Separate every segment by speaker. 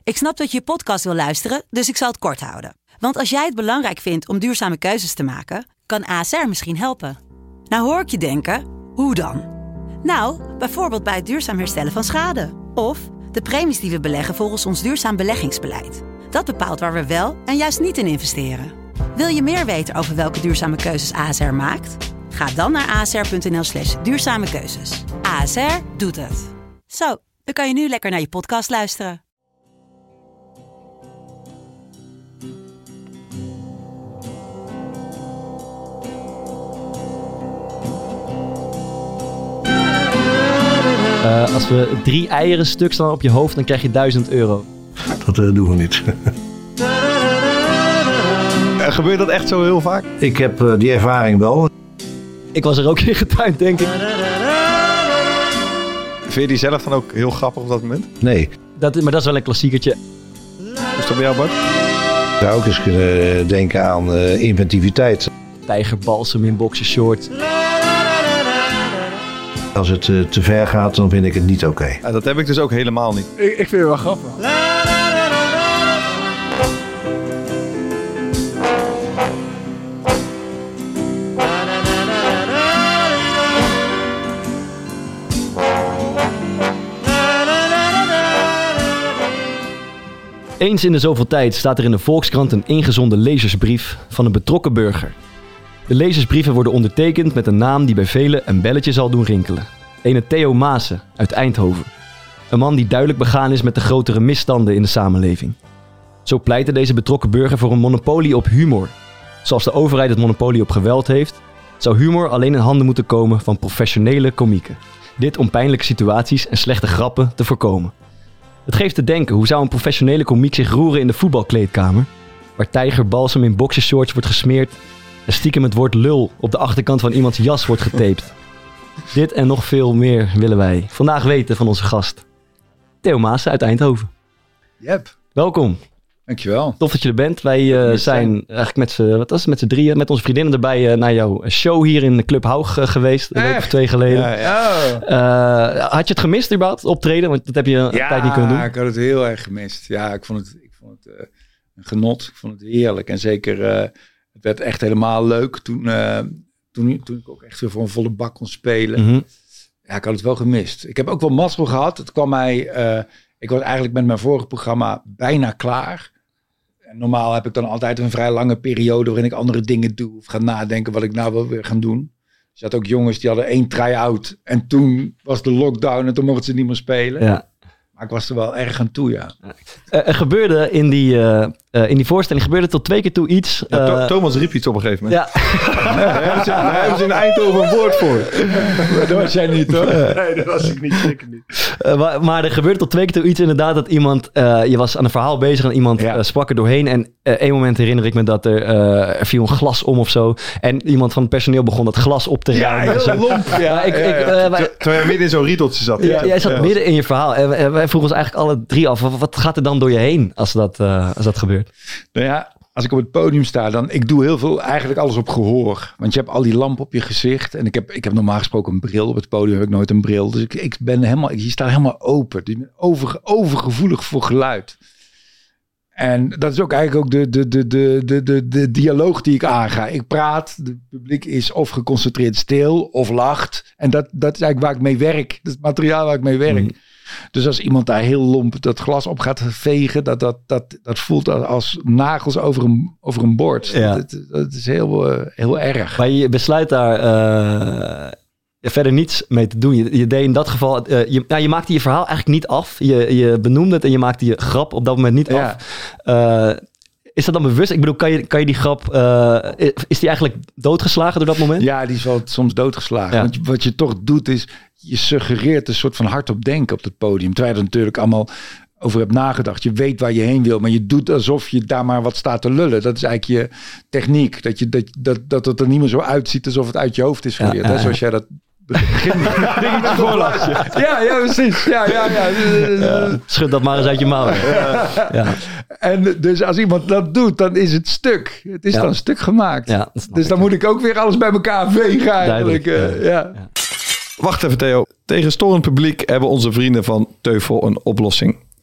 Speaker 1: Ik snap dat je podcast wil luisteren, dus ik zal het kort houden. Want als jij het belangrijk vindt om duurzame keuzes te maken, kan ASR misschien helpen. Nou hoor ik je denken, hoe dan? Nou, bijvoorbeeld bij het duurzaam herstellen van schade. Of de premies die we beleggen volgens ons duurzaam beleggingsbeleid. Dat bepaalt waar we wel en juist niet in investeren. Wil je meer weten over welke duurzame keuzes ASR maakt? Ga dan naar asr.nl/duurzame keuzes. ASR doet het. Zo, dan kan je nu lekker naar je podcast luisteren.
Speaker 2: Als we 3 eieren stuk staan op je hoofd, dan krijg je €1000.
Speaker 3: Dat doen we niet.
Speaker 4: Gebeurt dat echt zo heel vaak?
Speaker 3: Ik heb die ervaring wel.
Speaker 2: Ik was er ook in getuind, denk ik.
Speaker 4: Vind je die zelf dan ook heel grappig op dat moment?
Speaker 3: Nee.
Speaker 2: Maar dat is wel een klassiekertje.
Speaker 4: Hoe is dat bij jou, Bart?
Speaker 3: Je zou ook eens kunnen denken aan inventiviteit.
Speaker 2: Tijgerbalsem in boxershort.
Speaker 3: Als het te ver gaat, dan vind ik het niet oké.
Speaker 4: Ja, dat heb ik dus ook helemaal niet.
Speaker 5: Ik vind het wel grappig.
Speaker 2: Eens in de zoveel tijd staat er in de Volkskrant een ingezonden lezersbrief van een betrokken burger. De lezersbrieven worden ondertekend met een naam die bij velen een belletje zal doen rinkelen. Ene Theo Maassen uit Eindhoven. Een man die duidelijk begaan is met de grotere misstanden in de samenleving. Zo pleitte deze betrokken burger voor een monopolie op humor. Zoals de overheid het monopolie op geweld heeft, zou humor alleen in handen moeten komen van professionele komieken. Dit om pijnlijke situaties en slechte grappen te voorkomen. Het geeft te denken, hoe zou een professionele komiek zich roeren in de voetbalkleedkamer? Waar tijgerbalsem in boxershorts wordt gesmeerd en stiekem het woord lul op de achterkant van iemands jas wordt getaped. Dit en nog veel meer willen wij vandaag weten van onze gast. Theo Maassen uit Eindhoven.
Speaker 5: Yep.
Speaker 2: Welkom.
Speaker 5: Dankjewel.
Speaker 2: Tof dat je er bent. Wij zijn eigenlijk met z'n drieën, met onze vriendinnen erbij, naar jouw show hier in de Club Haug geweest. Een week of 2 geleden.
Speaker 5: Ja.
Speaker 2: Had je het gemist überhaupt, optreden? Want dat heb je een tijd niet kunnen doen.
Speaker 5: Ja, ik had het heel erg gemist. Ja, ik vond het een genot. Ik vond het heerlijk. En zeker, het werd echt helemaal leuk toen ik ook echt weer voor een volle bak kon spelen.
Speaker 2: Mm-hmm.
Speaker 5: Ja, ik had het wel gemist. Ik heb ook wel mazzel gehad. Het kwam mij... ik was eigenlijk met mijn vorige programma bijna klaar. En normaal heb ik dan altijd een vrij lange periode waarin ik andere dingen doe. Of ga nadenken wat ik nou wil weer gaan doen. Dus je had ook jongens die hadden 1 try-out. En toen was de lockdown en toen mochten ze niet meer spelen.
Speaker 2: Ja.
Speaker 5: Maar ik was er wel erg aan toe, ja.
Speaker 2: Er gebeurde in die voorstelling gebeurde tot 2 keer toe iets.
Speaker 4: Thomas riep iets op een gegeven moment.
Speaker 2: Ja.
Speaker 4: Daar hebben ze in Eindhoven een woord voor.
Speaker 5: Dat was jij niet, hoor.
Speaker 4: Nee, dat was ik niet. Zeker niet.
Speaker 2: Maar er gebeurde tot 2 keer toe iets inderdaad dat iemand... je was aan een verhaal bezig en iemand sprak er doorheen. En één moment herinner ik me dat er viel een glas om of zo. En iemand van het personeel begon dat glas op te ruimen.
Speaker 4: Ja, heel lomp. Terwijl jij midden in zo'n riedeltje zat.
Speaker 2: Jij zat midden in je verhaal. En wij vroegen ons eigenlijk alle 3 af. Wat gaat er dan door je heen als dat gebeurt?
Speaker 5: Nou ja, als ik op het podium sta, dan ik doe heel veel, eigenlijk alles op gehoor. Want je hebt al die lamp op je gezicht. En ik heb normaal gesproken een bril. Op het podium heb ik nooit een bril. Dus ik ben helemaal, je staat helemaal open. Dus ik ben overgevoelig voor geluid. En dat is ook eigenlijk ook de dialoog die ik aanga. Ik praat, het publiek is of geconcentreerd stil of lacht. En dat is eigenlijk waar ik mee werk. Dat is het materiaal waar ik mee werk. Dus als iemand daar heel lomp dat glas op gaat vegen, dat voelt als nagels over een bord.
Speaker 2: Ja.
Speaker 5: Dat is heel erg.
Speaker 2: Maar je besluit daar verder niets mee te doen. Je deed in dat geval... je maakte je verhaal eigenlijk niet af. Je benoemde het en je maakte je grap op dat moment niet af. Is dat dan bewust? Ik bedoel, kan je die grap... is die eigenlijk doodgeslagen door dat moment?
Speaker 5: Ja, die is wel soms doodgeslagen.
Speaker 2: Ja.
Speaker 5: Want wat je toch doet is... je suggereert een soort van hardop denken op het podium. Terwijl je er natuurlijk allemaal over hebt nagedacht. Je weet waar je heen wil, maar je doet alsof je daar maar wat staat te lullen. Dat is eigenlijk je techniek. Dat het er niet meer zo uitziet alsof het uit je hoofd is geleerd. Ja. Zoals jij dat begint dingetje voorlas. Ja, precies. Ja.
Speaker 2: Schud dat maar eens uit je mouw. Ja.
Speaker 5: En dus als iemand dat doet, dan is het stuk. Het is dan een stuk gemaakt.
Speaker 2: Ja,
Speaker 5: dus dan moet ik ook weer alles bij elkaar vegen eigenlijk. Ja.
Speaker 4: Wacht even, Theo. Tegen storend publiek hebben onze vrienden van Teufel een oplossing.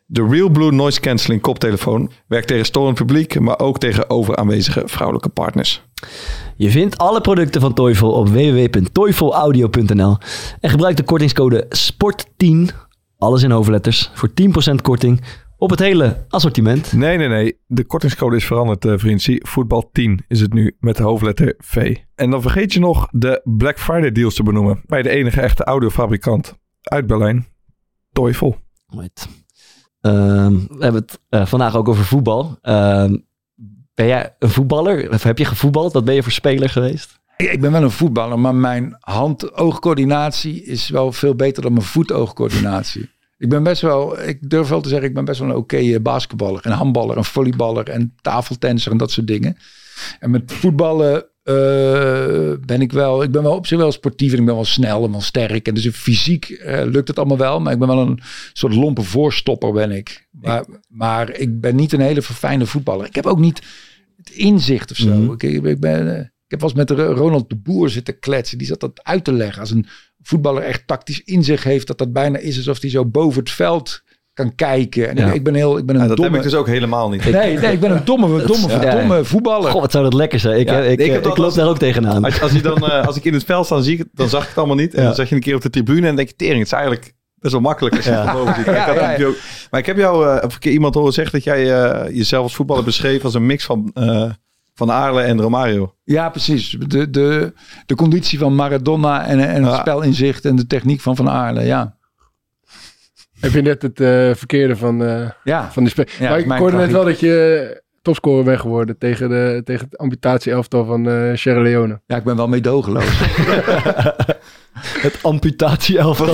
Speaker 4: De Real Blue Noise Cancelling koptelefoon werkt tegen storend publiek, maar ook tegen overaanwezige vrouwelijke partners.
Speaker 2: Je vindt alle producten van Teufel op www.teufelaudio.nl en gebruik de kortingscode SPORT10, alles in hoofdletters, voor 10% korting op het hele assortiment.
Speaker 4: Nee. De kortingscode is veranderd, vriend. Zie, voetbal 10 is het nu met de hoofdletter V. En dan vergeet je nog de Black Friday deals te benoemen bij de enige echte audiofabrikant uit Berlijn, Teufel.
Speaker 2: Right. We hebben het vandaag ook over voetbal. Ben jij een voetballer? Of heb je gevoetbald? Wat ben je voor speler geweest?
Speaker 5: Ik ben wel een voetballer, maar mijn hand-oogcoördinatie is wel veel beter dan mijn voet-oogcoördinatie. Ik durf wel te zeggen, ik ben best wel een oké basketballer, een handballer, een volleyballer en tafeltennisser en dat soort dingen. En met voetballen ben ik ben wel op zich wel sportief en ik ben wel snel en wel sterk. En dus fysiek lukt het allemaal wel, maar ik ben wel een soort lompe voorstopper ben ik. Maar ik ben niet een hele verfijnde voetballer. Ik heb ook niet het inzicht of zo.
Speaker 2: Mm-hmm.
Speaker 5: Ik heb wel eens met Ronald de Boer zitten kletsen. Die zat dat uit te leggen. Als een voetballer echt tactisch inzicht heeft, dat bijna is alsof hij zo boven het veld kan kijken. En ik ben een
Speaker 4: dat
Speaker 5: domme...
Speaker 4: heb ik dus ook helemaal niet.
Speaker 5: Nee, ik ben een domme voetballer.
Speaker 2: Goh, wat zou dat lekker zijn. Ik loop daar ook tegenaan.
Speaker 4: Als ik in het veld sta, dan zag ik het allemaal niet. En dan zag je een keer op de tribune en denk je, tering, het is eigenlijk best wel makkelijk als je het van boven ziet. Maar ik heb jou een keer iemand horen zeggen dat jij jezelf als voetballer beschreef als een mix van Aarle en Romario. Ja,
Speaker 5: precies. De conditie van Maradona en het spelinzicht en de techniek van Aarle, ja.
Speaker 6: Heb je net het verkeerde van de spel. Ja, maar ik hoorde net wel dat je topscorer bent geworden tegen het amputatie-elftal van Sierra Leone.
Speaker 5: Ja, ik ben wel meedogenloos.
Speaker 2: Het amputatie-elftal.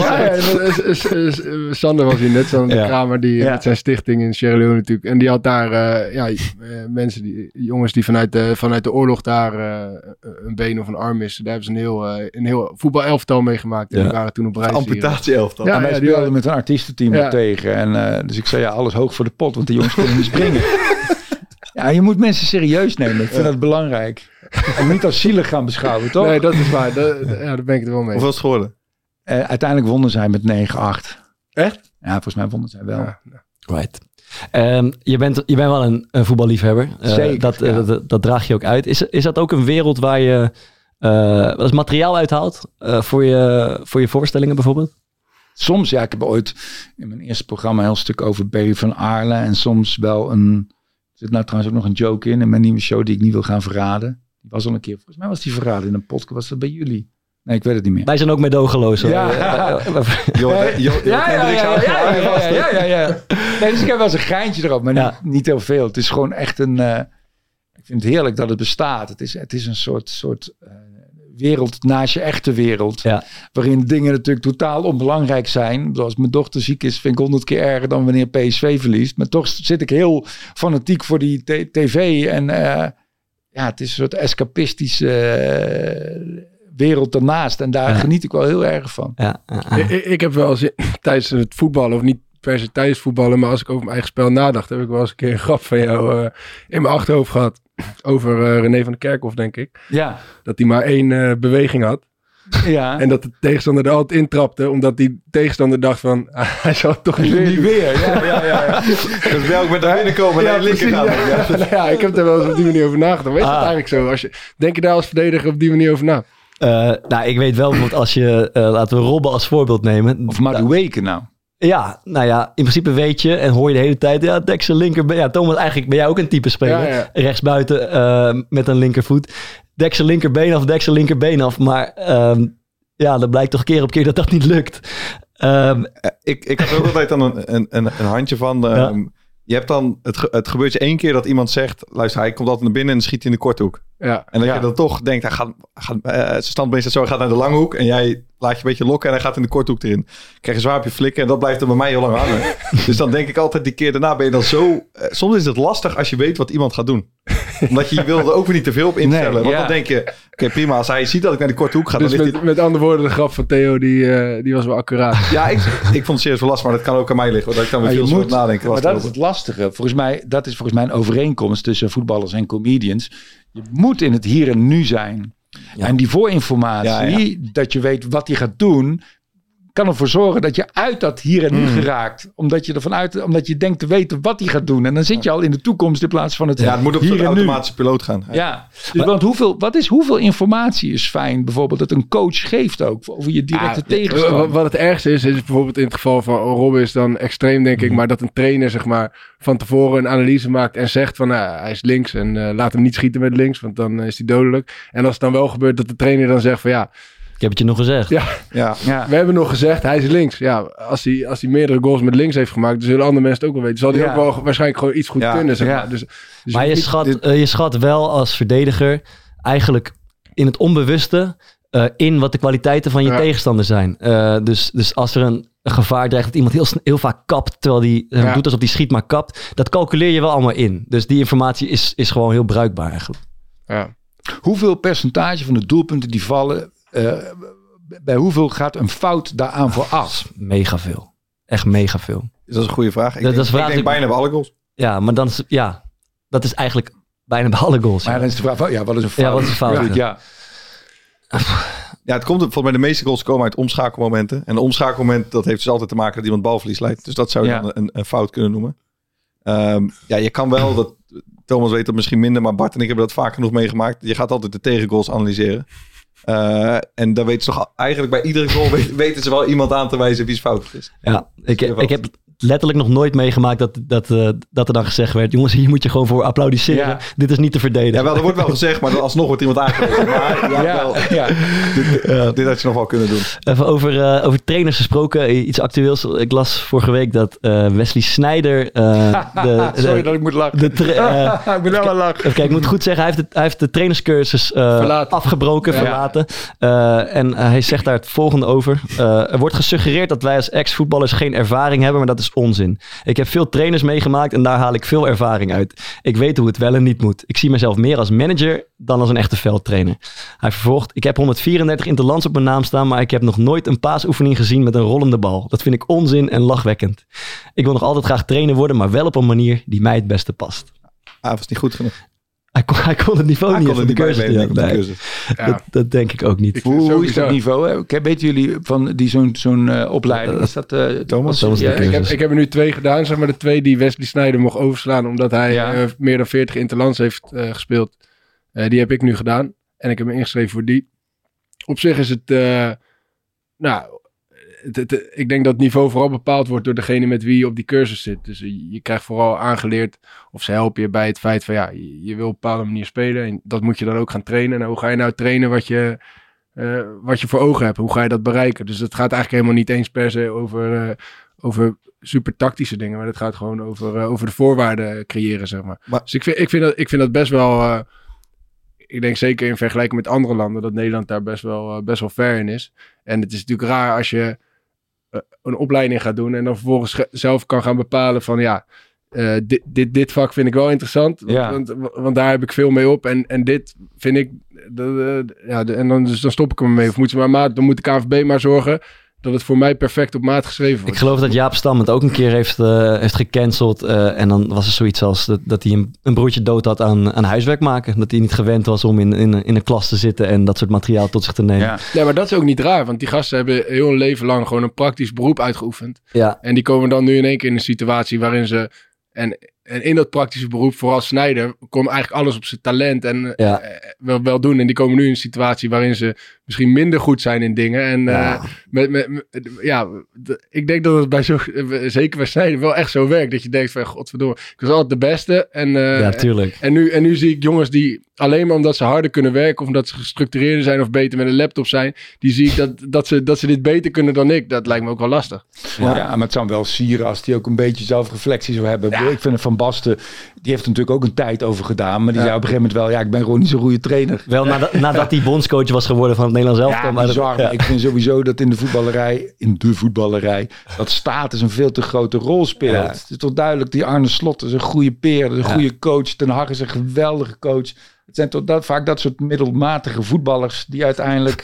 Speaker 6: Sander was hier net, Sander Kramer, die met zijn stichting in Sierra Leone natuurlijk. En die had daar jongens die vanuit de oorlog daar een been of een arm missen. Daar hebben ze een heel voetbal-elftal meegemaakt. En die waren toen op reis.
Speaker 4: Amputatie-elftal.
Speaker 5: Ja, wij speelden met een artiestenteam tegen. En dus ik zei, alles hoog voor de pot, want de jongens kunnen niet springen. Ja, je moet mensen serieus nemen. Ik vind dat belangrijk. En niet als zielig gaan beschouwen, toch?
Speaker 6: Nee, dat is waar. Daar ben ik er wel mee.
Speaker 4: Hoeveel is het geworden?
Speaker 5: Uiteindelijk wonnen zij met 9-8.
Speaker 6: Echt?
Speaker 5: Ja, volgens mij wonnen zij wel. Ja.
Speaker 2: Right. Je bent wel een voetballiefhebber.
Speaker 5: Zeker.
Speaker 2: Dat draag je ook uit. Is dat ook een wereld waar je wat materiaal uithaalt voor je voorstellingen bijvoorbeeld?
Speaker 5: Soms, ja. Ik heb ooit in mijn eerste programma een heel stuk over Barry van Aarle. En soms wel er zit nou trouwens ook nog een joke in mijn nieuwe show die ik niet wil gaan verraden. Die was al een keer, volgens mij was die verraden in een podcast. Was dat bij jullie? Nee, ik weet het niet meer.
Speaker 2: Wij zijn ook meedogenloos.
Speaker 5: Ja. Nee, dus ik heb wel eens een geintje erop, maar niet heel veel. Het is gewoon echt ik vind het heerlijk dat het bestaat. Het is een soort wereld naast je echte wereld. Ja. Waarin dingen natuurlijk totaal onbelangrijk zijn. Als mijn dochter ziek is, vind ik 100 keer erger dan wanneer PSV verliest. Maar toch zit ik heel fanatiek voor die tv. En het is een soort escapistische wereld daarnaast. En daar geniet ik wel heel erg van.
Speaker 6: Ja. Ik heb wel eens tijdens het voetballen, of niet per se tijdens voetballen, maar als ik over mijn eigen spel nadacht, heb ik wel eens een keer een grap van jou in mijn achterhoofd gehad. Over René van der Kerkhof, denk ik.
Speaker 5: Ja.
Speaker 6: Dat hij maar 1 beweging had.
Speaker 5: Ja.
Speaker 6: En dat de tegenstander er altijd intrapte, omdat die tegenstander dacht van, hij zal het toch niet weer.
Speaker 5: Ja.
Speaker 4: Dus welk met naar binnen komen naar de linkerkant.
Speaker 6: Ja, ik heb daar wel eens op die manier over nagedacht. Is dat eigenlijk zo? Denk je daar als verdediger op die manier over na?
Speaker 2: Ik weet wel bijvoorbeeld als je, laten we Robben als voorbeeld nemen.
Speaker 5: Of Madueke nou.
Speaker 2: Ja, nou ja, in principe weet je en hoor je de hele tijd, Dexter linkerbeen. Ja, Thomas, eigenlijk ben jij ook een type speler. Ja. Rechtsbuiten met een linkervoet. Dexter linkerbeen af, Dexter linkerbeen af. Maar dat blijkt toch keer op keer dat niet lukt.
Speaker 4: Ik had ook altijd dan een handje van... Je hebt dan, het gebeurt je 1 keer dat iemand zegt, luister, hij komt altijd naar binnen en schiet in de korthoek. Ja. En dat je dan toch denkt, zijn standbeen staat zo, hij gaat naar de lange hoek en jij laat je een beetje lokken en hij gaat in de korthoek erin. Krijg je zwaar op je flikken en dat blijft er bij mij heel lang hangen. Dus dan denk ik altijd, die keer daarna ben je dan zo... soms is het lastig als je weet wat iemand gaat doen. Omdat je wil er ook weer niet te veel op instellen. Want dan denk je, oké, prima, als hij ziet dat ik naar die korte hoek ga...
Speaker 6: Dus
Speaker 4: dan ligt
Speaker 6: met andere woorden, de grap van Theo, die was wel accuraat.
Speaker 4: Ja, ik vond het serieus wel lastig, maar dat kan ook aan mij liggen. Dat ik dan weer veel moet nadenken.
Speaker 5: Maar dat is het lastige. Dat is volgens mij een overeenkomst tussen voetballers en comedians. Je moet in het hier en nu zijn. Ja. En die voorinformatie, dat je weet wat hij gaat doen, kan ervoor zorgen dat je uit dat hier en nu geraakt. Omdat je denkt te weten wat hij gaat doen. En dan zit je al in de toekomst in plaats van het
Speaker 4: het moet op
Speaker 5: hier
Speaker 4: zo'n
Speaker 5: en nu.
Speaker 4: automatische piloot gaan.
Speaker 5: Ja, dus want hoeveel informatie is fijn bijvoorbeeld dat een coach geeft ook over je directe tegenstander?
Speaker 6: Wat het ergste is bijvoorbeeld in het geval van Robben is dan extreem denk ik, maar dat een trainer zeg maar van tevoren een analyse maakt en zegt van hij is links en laat hem niet schieten met links, want dan is hij dodelijk. En als het dan wel gebeurt dat de trainer dan zegt van
Speaker 2: ik heb het je nog gezegd.
Speaker 6: Ja. We hebben nog gezegd, hij is links. Ja, als hij meerdere goals met links heeft gemaakt, dan zullen andere mensen het ook wel weten. Zal hij ook wel waarschijnlijk gewoon iets goed kunnen, zeg maar. Dus
Speaker 2: maar je schat wel als verdediger eigenlijk in het onbewuste in wat de kwaliteiten van je tegenstander zijn. Dus als er een gevaar dreigt dat iemand heel vaak kapt, terwijl hij doet alsof hij schiet maar kapt, dat calculeer je wel allemaal in. Dus die informatie is gewoon heel bruikbaar eigenlijk.
Speaker 6: Ja.
Speaker 5: Hoeveel percentage van de doelpunten die vallen, bij hoeveel gaat een fout daaraan vooraf?
Speaker 2: Mega veel. Echt mega veel.
Speaker 4: Dat is een goede vraag. Ik denk bijna bij alle goals.
Speaker 2: Ja, maar dan dat is eigenlijk bijna bij alle goals.
Speaker 5: Maar dan is de vraag, wat is een fout?
Speaker 2: Ja, wat is een fout?
Speaker 5: Ja.
Speaker 4: Ja, het komt volgens mij de meeste goals komen uit omschakelmomenten. En een omschakelmoment, dat heeft dus altijd te maken dat iemand balverlies leidt. Dus dat zou je dan een fout kunnen noemen. Je kan wel, dat Thomas weet dat misschien minder, maar Bart en ik hebben dat vaak genoeg meegemaakt. Je gaat altijd de tegengoals analyseren. En dan weten ze toch eigenlijk bij iedere goal weten ze wel iemand aan te wijzen wie's fout het is.
Speaker 2: Ja, ik heb letterlijk nog nooit meegemaakt dat er dan gezegd werd, jongens, hier moet je gewoon voor applaudisseren. Ja. Dit is niet te verdedigen.
Speaker 4: Ja, wel, er wordt wel gezegd, maar alsnog wordt iemand aangewezen. Maar dit had je nog wel kunnen doen.
Speaker 2: Even over trainers gesproken, iets actueels. Ik las vorige week dat Wesley Sneijder...
Speaker 5: Sorry dat ik moet lachen. Ik moet wel lachen.
Speaker 2: Kijk, ik moet goed zeggen, hij heeft de trainerscursus afgebroken, verlaten. En hij zegt daar het volgende over. Er wordt gesuggereerd dat wij als ex-voetballers geen ervaring hebben, maar dat is onzin. Ik heb veel trainers meegemaakt en daar haal ik veel ervaring uit. Ik weet hoe het wel en niet moet. Ik zie mezelf meer als manager dan als een echte veldtrainer. Hij vervolgt, ik heb 134 interlands op mijn naam staan, maar ik heb nog nooit een paasoefening gezien met een rollende bal. Dat vind ik onzin en lachwekkend. Ik wil nog altijd graag trainer worden, maar wel op een manier die mij het beste past.
Speaker 4: Was niet goed genoeg.
Speaker 2: Hij kon het niveau niet van de cursus. Dat denk ik ook niet.
Speaker 5: Hoe is dat niveau? Hè? Weten jullie van zo'n opleiding? Is dat
Speaker 6: Thomas? Ik heb er nu 2 gedaan. Zeg maar de 2 die Wesley Sneijder mocht overslaan. Omdat hij meer dan 40 interlands heeft gespeeld. Die heb ik nu gedaan. En ik heb me ingeschreven voor die. Op zich is het... ik denk dat het niveau vooral bepaald wordt door degene met wie je op die cursus zit. Dus je krijgt vooral aangeleerd of ze helpen je bij het feit van je wil op een bepaalde manier spelen. En dat moet je dan ook gaan trainen. En hoe ga je nou trainen wat je voor ogen hebt? Hoe ga je dat bereiken? Dus het gaat eigenlijk helemaal niet eens per se over super tactische dingen. Maar het gaat gewoon over de voorwaarden creëren, zeg maar. Dus ik vind dat best wel... ik denk zeker in vergelijking met andere landen dat Nederland daar best wel ver in is. En het is natuurlijk raar als je een opleiding gaat doen en dan vervolgens zelf kan gaan bepalen van dit vak vind ik wel interessant, want daar heb ik veel mee op en dit vind ik en dan stop ik ermee. Of dan moet de KNVB maar zorgen dat het voor mij perfect op maat geschreven wordt.
Speaker 2: Ik geloof dat Jaap Stam het ook een keer heeft gecanceld. En dan was er zoiets als dat hij een broertje dood had aan huiswerk maken. Dat hij niet gewend was om in een klas te zitten en dat soort materiaal tot zich te nemen.
Speaker 6: Ja. Nee, maar dat is ook niet raar. Want die gasten hebben heel hun leven lang gewoon een praktisch beroep uitgeoefend. Ja. En die komen dan nu in één keer in een situatie waarin ze... En in dat praktische beroep, vooral Sneijder, komt eigenlijk alles op zijn talent en wel doen. En die komen nu in een situatie waarin ze misschien minder goed zijn in dingen. En ik denk dat het zeker bij Sneijder wel echt zo werkt. Dat je denkt van, godverdomme, ik was altijd de beste.
Speaker 2: Tuurlijk.
Speaker 6: En nu zie ik jongens die alleen maar omdat ze harder kunnen werken, of omdat ze gestructureerder zijn of beter met een laptop zijn, die zie ik dat ze dit beter kunnen dan ik. Dat lijkt me ook wel lastig.
Speaker 5: Ja, maar het zou wel sieren als die ook een beetje zelfreflectie zou hebben. Ja. Ik vind het Van Basten, die heeft er natuurlijk ook een tijd over gedaan, maar die zei op een gegeven moment wel, ik ben gewoon niet zo'n goede trainer.
Speaker 2: Wel nadat hij bondscoach was geworden van het Nederlands elftal.
Speaker 5: Maar ik vind sowieso dat in de voetballerij, dat status een veel te grote rol speelt. Ja. Het is toch duidelijk, die Arne Slot is een goede peer, is een goede coach. Ten Hag is een geweldige coach. Het zijn toch vaak dat soort middelmatige voetballers die uiteindelijk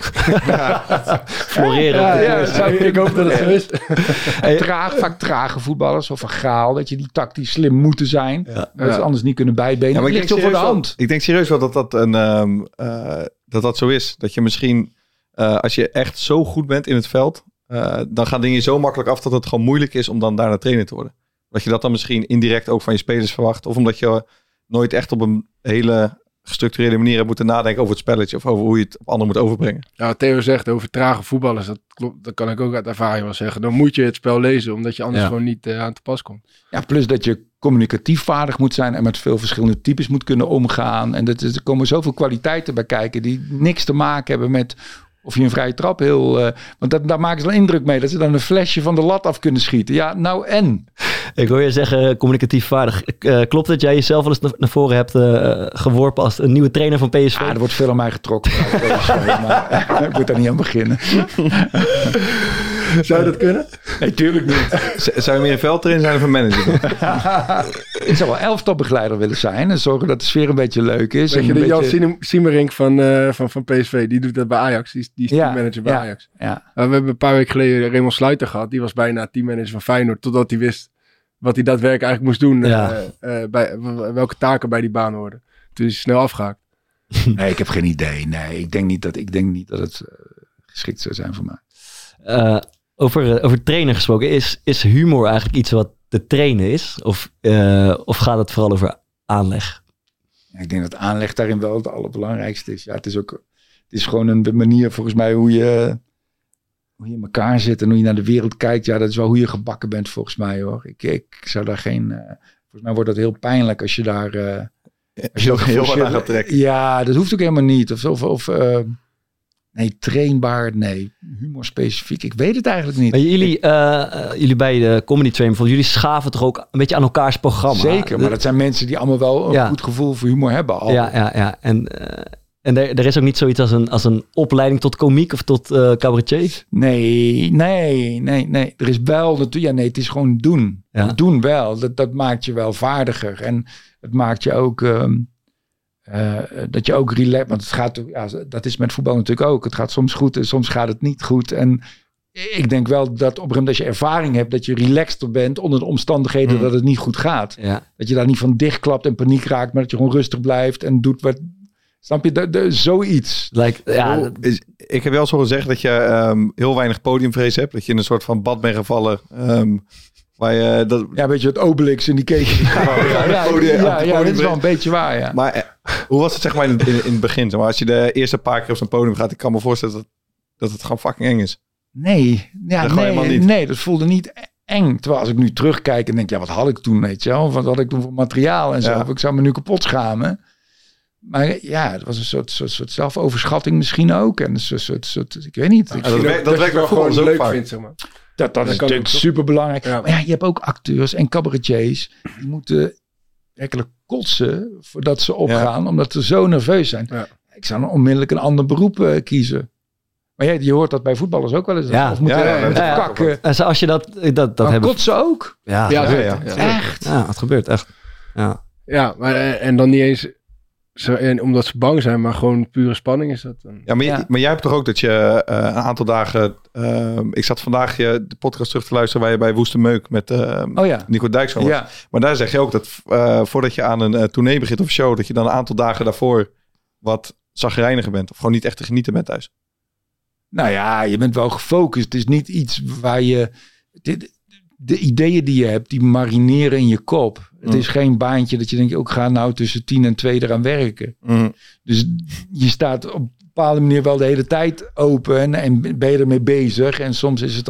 Speaker 6: floreren. Ik hoop dat het zo is.
Speaker 5: Vaak trage voetballers of een Gaal, dat je die tactisch slim moeten zijn. Dat ze anders niet kunnen bijbenen.
Speaker 4: Ja, maar ligt zo voor de hand. Ik denk serieus wel dat zo is. Dat je misschien, als je echt zo goed bent in het veld, dan gaan dingen zo makkelijk af dat het gewoon moeilijk is om dan daarna trainer te worden. Dat je dat dan misschien indirect ook van je spelers verwacht. Of omdat je nooit echt op een hele gestructureerde manier hebt moeten nadenken over het spelletje. Of over hoe je het op anderen moet overbrengen.
Speaker 6: Ja, wat Theo zegt over trage voetballers, dat klopt. Dat kan ik ook uit ervaring wel zeggen. Dan moet je het spel lezen, omdat je anders gewoon niet aan te pas komt.
Speaker 5: Ja, plus dat je communicatief vaardig moet zijn en met veel verschillende types moet kunnen omgaan. En er komen zoveel kwaliteiten bij kijken die niks te maken hebben met of je een vrije trap want daar maken ze wel indruk mee. Dat ze dan een flesje van de lat af kunnen schieten. Ja, nou en?
Speaker 2: Ik wil je zeggen, communicatief vaardig. Klopt dat jij jezelf wel eens naar voren hebt geworpen als een nieuwe trainer van PSV?
Speaker 5: Er wordt veel aan mij getrokken. Maar ik moet daar niet aan beginnen.
Speaker 6: Zou je dat kunnen?
Speaker 5: Nee, tuurlijk niet.
Speaker 4: Zou je meer een veldtrainer zijn of een manager?
Speaker 5: Ik zou wel elftalbegeleider willen zijn. En zorgen dat de sfeer een beetje leuk is.
Speaker 6: Weet je, de Jan Siemerink van PSV, die doet dat bij Ajax. Die is teammanager bij Ajax.
Speaker 5: Ja.
Speaker 6: We hebben een paar weken geleden Raymond Sluiter gehad. Die was bijna teammanager van Feyenoord. Totdat hij wist wat hij daadwerkelijk eigenlijk moest doen. Welke taken bij die baan hoorden. Toen is hij snel afgehaakt.
Speaker 5: Nee, ik heb geen idee. Nee, ik denk niet dat het geschikt zou zijn voor mij.
Speaker 2: Over trainer gesproken, is humor eigenlijk iets wat te trainen is? Of gaat het vooral over aanleg?
Speaker 5: Ja, ik denk dat aanleg daarin wel het allerbelangrijkste is. Ja, het is gewoon een manier volgens mij hoe je in elkaar zit en hoe je naar de wereld kijkt. Ja, dat is wel hoe je gebakken bent volgens mij hoor. Ik zou daar geen... volgens mij wordt dat heel pijnlijk als je daar...
Speaker 4: als je ook heel wat aan gaat trekken.
Speaker 5: Ja, dat hoeft ook helemaal niet. Nee, trainbaar, nee. Humor specifiek, ik weet het eigenlijk niet.
Speaker 2: Maar jullie bij de Comedy Train, jullie schaven toch ook een beetje aan elkaars programma?
Speaker 5: Zeker, maar dat zijn mensen die allemaal wel een goed gevoel voor humor hebben. Al.
Speaker 2: Ja. En er is ook niet zoiets als een opleiding tot komiek of tot cabaretier?
Speaker 5: Nee. Er is wel natuurlijk, het is gewoon doen. Ja. Doen wel, dat maakt je wel vaardiger. En het maakt je ook... dat je ook relax, want het gaat, dat is met voetbal natuurlijk ook. Het gaat soms goed en soms gaat het niet goed. En ik denk wel dat op een gegeven moment als je ervaring hebt, dat je relaxter bent onder de omstandigheden dat het niet goed gaat. Ja. Dat je daar niet van dichtklapt en paniek raakt, maar dat je gewoon rustig blijft en doet wat. Snap je? Zoiets.
Speaker 4: Ik heb wel zo gezegd dat je heel weinig podiumvrees hebt. Dat je in een soort van bad bent gevallen.
Speaker 5: Weet je, het Obelix in die keten. Ja, dat is wel een beetje waar, ja.
Speaker 4: Maar hoe was het zeg maar in het begin? Zeg maar, als je de eerste paar keer op zo'n podium gaat, ik kan me voorstellen dat het gewoon fucking eng is.
Speaker 5: Nee, dat voelde niet eng. Terwijl als ik nu terugkijk en denk, wat had ik toen, weet je wel? Wat had ik toen voor materiaal en zo? Ja. Ik zou me nu kapot schamen. Maar ja, het was een soort zelfoverschatting misschien ook. En een soort ik weet niet.
Speaker 4: Dat werkt wel gewoon zo
Speaker 6: leuk vindt, zeg maar.
Speaker 5: Dat is natuurlijk super belangrijk. Ja. Maar je hebt ook acteurs en cabaretiers. Die moeten werkelijk kotsen voordat ze opgaan. Ja. Omdat ze zo nerveus zijn. Ja. Ik zou dan onmiddellijk een ander beroep kiezen. Maar je hoort dat bij voetballers ook wel eens.
Speaker 2: Ja.
Speaker 5: Of moeten kakken.
Speaker 2: En als je dat
Speaker 5: hebben... kotsen ook?
Speaker 2: Ja.
Speaker 5: Echt?
Speaker 2: Ja, het gebeurt echt.
Speaker 6: Ja, maar en dan niet eens... En omdat ze bang zijn, maar gewoon pure spanning is dat. Dan.
Speaker 4: Ja, maar jij hebt toch ook dat je een aantal dagen... ik zat vandaag de podcast terug te luisteren waar je bij Woeste Meuk met Nico Dijkshoorn was. Ja. Maar daar zeg je ook dat voordat je aan een tournee begint of show, dat je dan een aantal dagen daarvoor wat chagrijniger bent. Of gewoon niet echt te genieten bent thuis.
Speaker 5: Nou ja, je bent wel gefocust. Het is niet iets waar je... De ideeën die je hebt, die marineren in je kop. Het is geen baantje dat je denkt, ik ga nou tussen 10 en 2 eraan werken. Dus je staat op een bepaalde manier wel de hele tijd open en ben je ermee bezig. En soms is het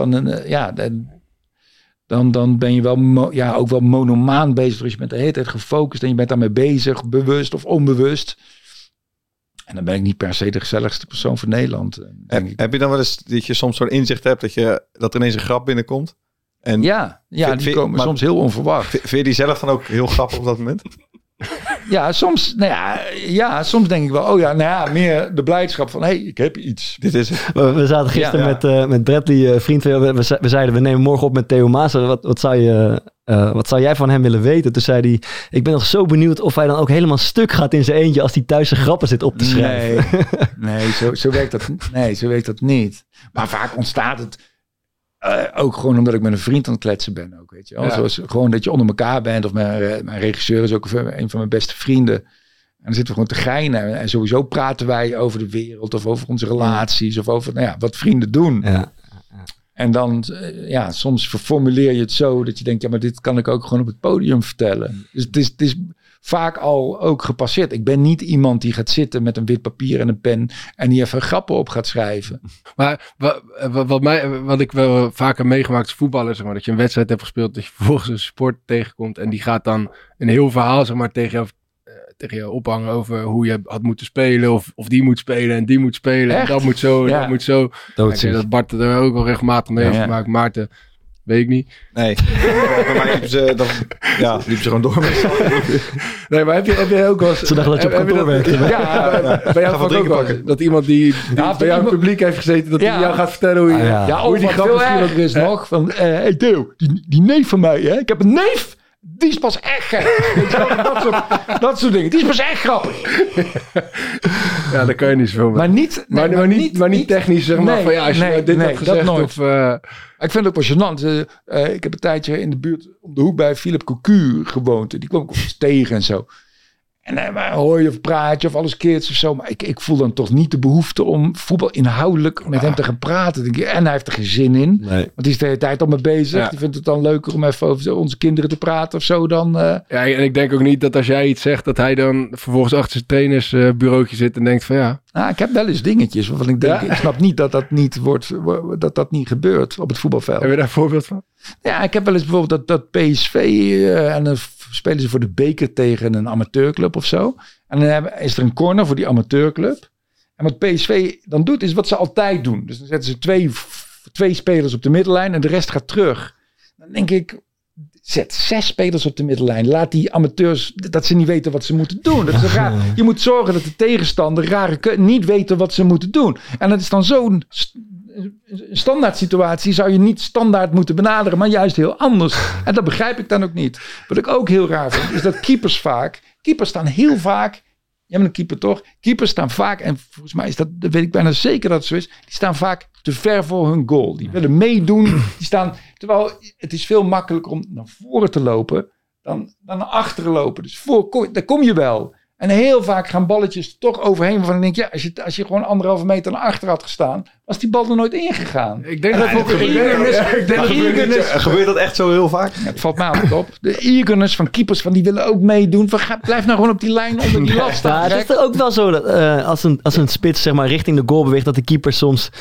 Speaker 5: dan dan ben je wel ook wel monomaan bezig. Dus je bent de hele tijd gefocust en je bent daarmee bezig, bewust of onbewust. En dan ben ik niet per se de gezelligste persoon van Nederland.
Speaker 4: Heb je dan wel eens dat je soms zo'n inzicht hebt dat er ineens een grap binnenkomt? En
Speaker 5: die komen soms heel onverwacht.
Speaker 4: Vind je die zelf dan ook heel grappig op dat moment?
Speaker 5: Ja, soms denk ik wel, meer de blijdschap van, ik heb iets.
Speaker 4: Dit is het.
Speaker 2: We zaten gisteren met Bradley, vriend van jou, we zeiden, we nemen morgen op met Theo Maas. Wat zou jij van hem willen weten? Toen zei hij, ik ben nog zo benieuwd of hij dan ook helemaal stuk gaat in zijn eentje als hij thuis zijn grappen zit op te schrijven.
Speaker 5: Nee, zo werkt dat niet. Maar vaak ontstaat het ook gewoon omdat ik met een vriend aan het kletsen ben ook, weet je wel. Ja. Zoals gewoon dat je onder elkaar bent. Of mijn regisseur is ook een van mijn beste vrienden. En dan zitten we gewoon te geinen. En sowieso praten wij over de wereld of over onze relaties. Of over wat vrienden doen. Ja. En dan, soms verformuleer je het zo dat je denkt, ja, maar dit kan ik ook gewoon op het podium vertellen. Dus het is vaak al ook gepasseerd. Ik ben niet iemand die gaat zitten met een wit papier en een pen en die even grappen op gaat schrijven.
Speaker 6: Maar wat ik wel vaker meegemaakt als voetballer, zeg maar, dat je een wedstrijd hebt gespeeld, dat je vervolgens een sport tegenkomt en die gaat dan een heel verhaal, zeg maar, tegen je ophangen over hoe je had moeten spelen of die moet spelen en die moet spelen.
Speaker 5: Echt?
Speaker 6: En dat moet zo, dat moet zo. Ik denk dat Bart er ook al regelmatig mee heeft gemaakt. Maarten, weet ik niet.
Speaker 4: Nee, bij mij liepen ze gewoon door.
Speaker 6: Nee, maar heb je ook wel eens...
Speaker 2: Ze dachten dat je op kantoor werkte.
Speaker 6: Bij jou ook wel dat iemand die bij jou in het publiek heeft gezeten, dat hij jou gaat vertellen hoe je...
Speaker 5: Hoe je die veel erger is nog. Van, hey Theo, die neef van mij, hè? Ik heb een neef. Die is pas echt gek. dat soort dingen. Die is pas echt grappig.
Speaker 6: Ja, daar kan je niet zoveel mee. Maar niet technisch, zeg maar. Van, als je dit hebt gezegd. Dat nooit.
Speaker 5: Ik vind het ook wel gênant. Ik heb een tijdje in de buurt om de hoek bij Philip Cocu gewoond. Die kwam ik ook eens tegen en zo. En dan hoor je of praat je of alles keert of zo. Maar ik voel dan toch niet de behoefte om voetbal inhoudelijk met hem te gaan praten. Denk ik. En hij heeft er geen zin in. Nee. Want die is de hele tijd al mee bezig. Ja. Die vindt het dan leuker om even over onze kinderen te praten of zo dan. Ja,
Speaker 6: en ik denk ook niet dat als jij iets zegt, dat hij dan vervolgens achter zijn trainersbureautje zit en denkt van ja.
Speaker 5: Nou, ik heb wel eens dingetjes waarvan ik denk, ik snap niet dat dat niet gebeurt op het voetbalveld.
Speaker 6: Heb je daar een voorbeeld van?
Speaker 5: Ja, ik heb wel eens bijvoorbeeld dat PSV en dan spelen ze voor de beker tegen een amateurclub of zo. En dan is er een corner voor die amateurclub. En wat PSV dan doet, is wat ze altijd doen. Dus dan zetten ze twee spelers op de middenlijn en de rest gaat terug. Dan denk ik, zet 6 spelers op de middenlijn. Laat die amateurs, dat ze niet weten wat ze moeten doen. Dat is raar. Je moet zorgen dat de tegenstander niet weten wat ze moeten doen. En dat is dan zo'n standaard situatie. Zou je niet standaard moeten benaderen, maar juist heel anders. En dat begrijp ik dan ook niet. Wat ik ook heel raar vind, is dat keepers staan heel vaak. Jij bent een keeper toch? Keepers staan vaak, en volgens mij is dat weet ik bijna zeker dat het zo is, die staan vaak te ver voor hun goal. Die willen meedoen. Die staan, terwijl het is veel makkelijker om naar voren te lopen dan naar achteren lopen. Dus daar kom je wel. En heel vaak gaan balletjes toch overheen waarvan ik denk, ja, als je gewoon 1,5 meter naar achter had gestaan, was die bal er nooit ingegaan.
Speaker 6: Ik denk dat het
Speaker 4: gebeurt dat echt zo heel vaak?
Speaker 5: Ja, het valt mij altijd op. De eagerness van keepers, van die willen ook meedoen. Blijf nou gewoon op die lijn onder die lat staan.
Speaker 2: Ja, het is ook wel zo dat als een spits zeg maar richting de goal beweegt, dat de keeper soms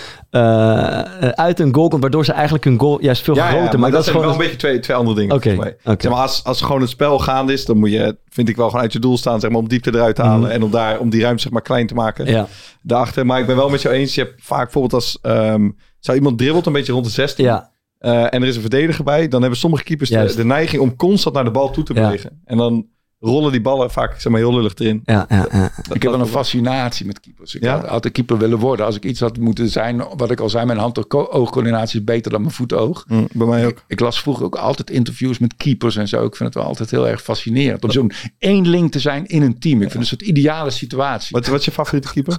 Speaker 2: uit een goal komt, waardoor ze eigenlijk hun goal juist veel groter.
Speaker 4: Maar dat zijn wel een beetje twee andere dingen.
Speaker 2: Okay.
Speaker 4: Zeg maar, als gewoon het spel gaande is, dan moet je, vind ik wel gewoon uit je doel staan, zeg maar, om diepte eruit te halen en om die ruimte zeg maar klein te maken. Ja. Daarachter. Maar ik ben wel met jou eens. Je hebt vaak bijvoorbeeld als zou iemand dribbelt een beetje rond de 16. Ja. En er is een verdediger bij. Dan hebben sommige keepers de neiging om constant naar de bal toe te bewegen. En dan rollen die ballen vaak zeg maar heel lullig erin.
Speaker 5: Ja. Ik heb wel een fascinatie met keepers. Ik had altijd keeper willen worden. Als ik iets had moeten zijn, wat ik al zei, mijn hand-oogcoördinatie is beter dan mijn voet-oog.
Speaker 4: Bij mij ook.
Speaker 5: Ik las vroeger ook altijd interviews met keepers en zo. Ik vind het wel altijd heel erg fascinerend. Om zo'n eenling te zijn in een team. Ik vind het een soort ideale situatie.
Speaker 4: Wat is je favoriete keeper?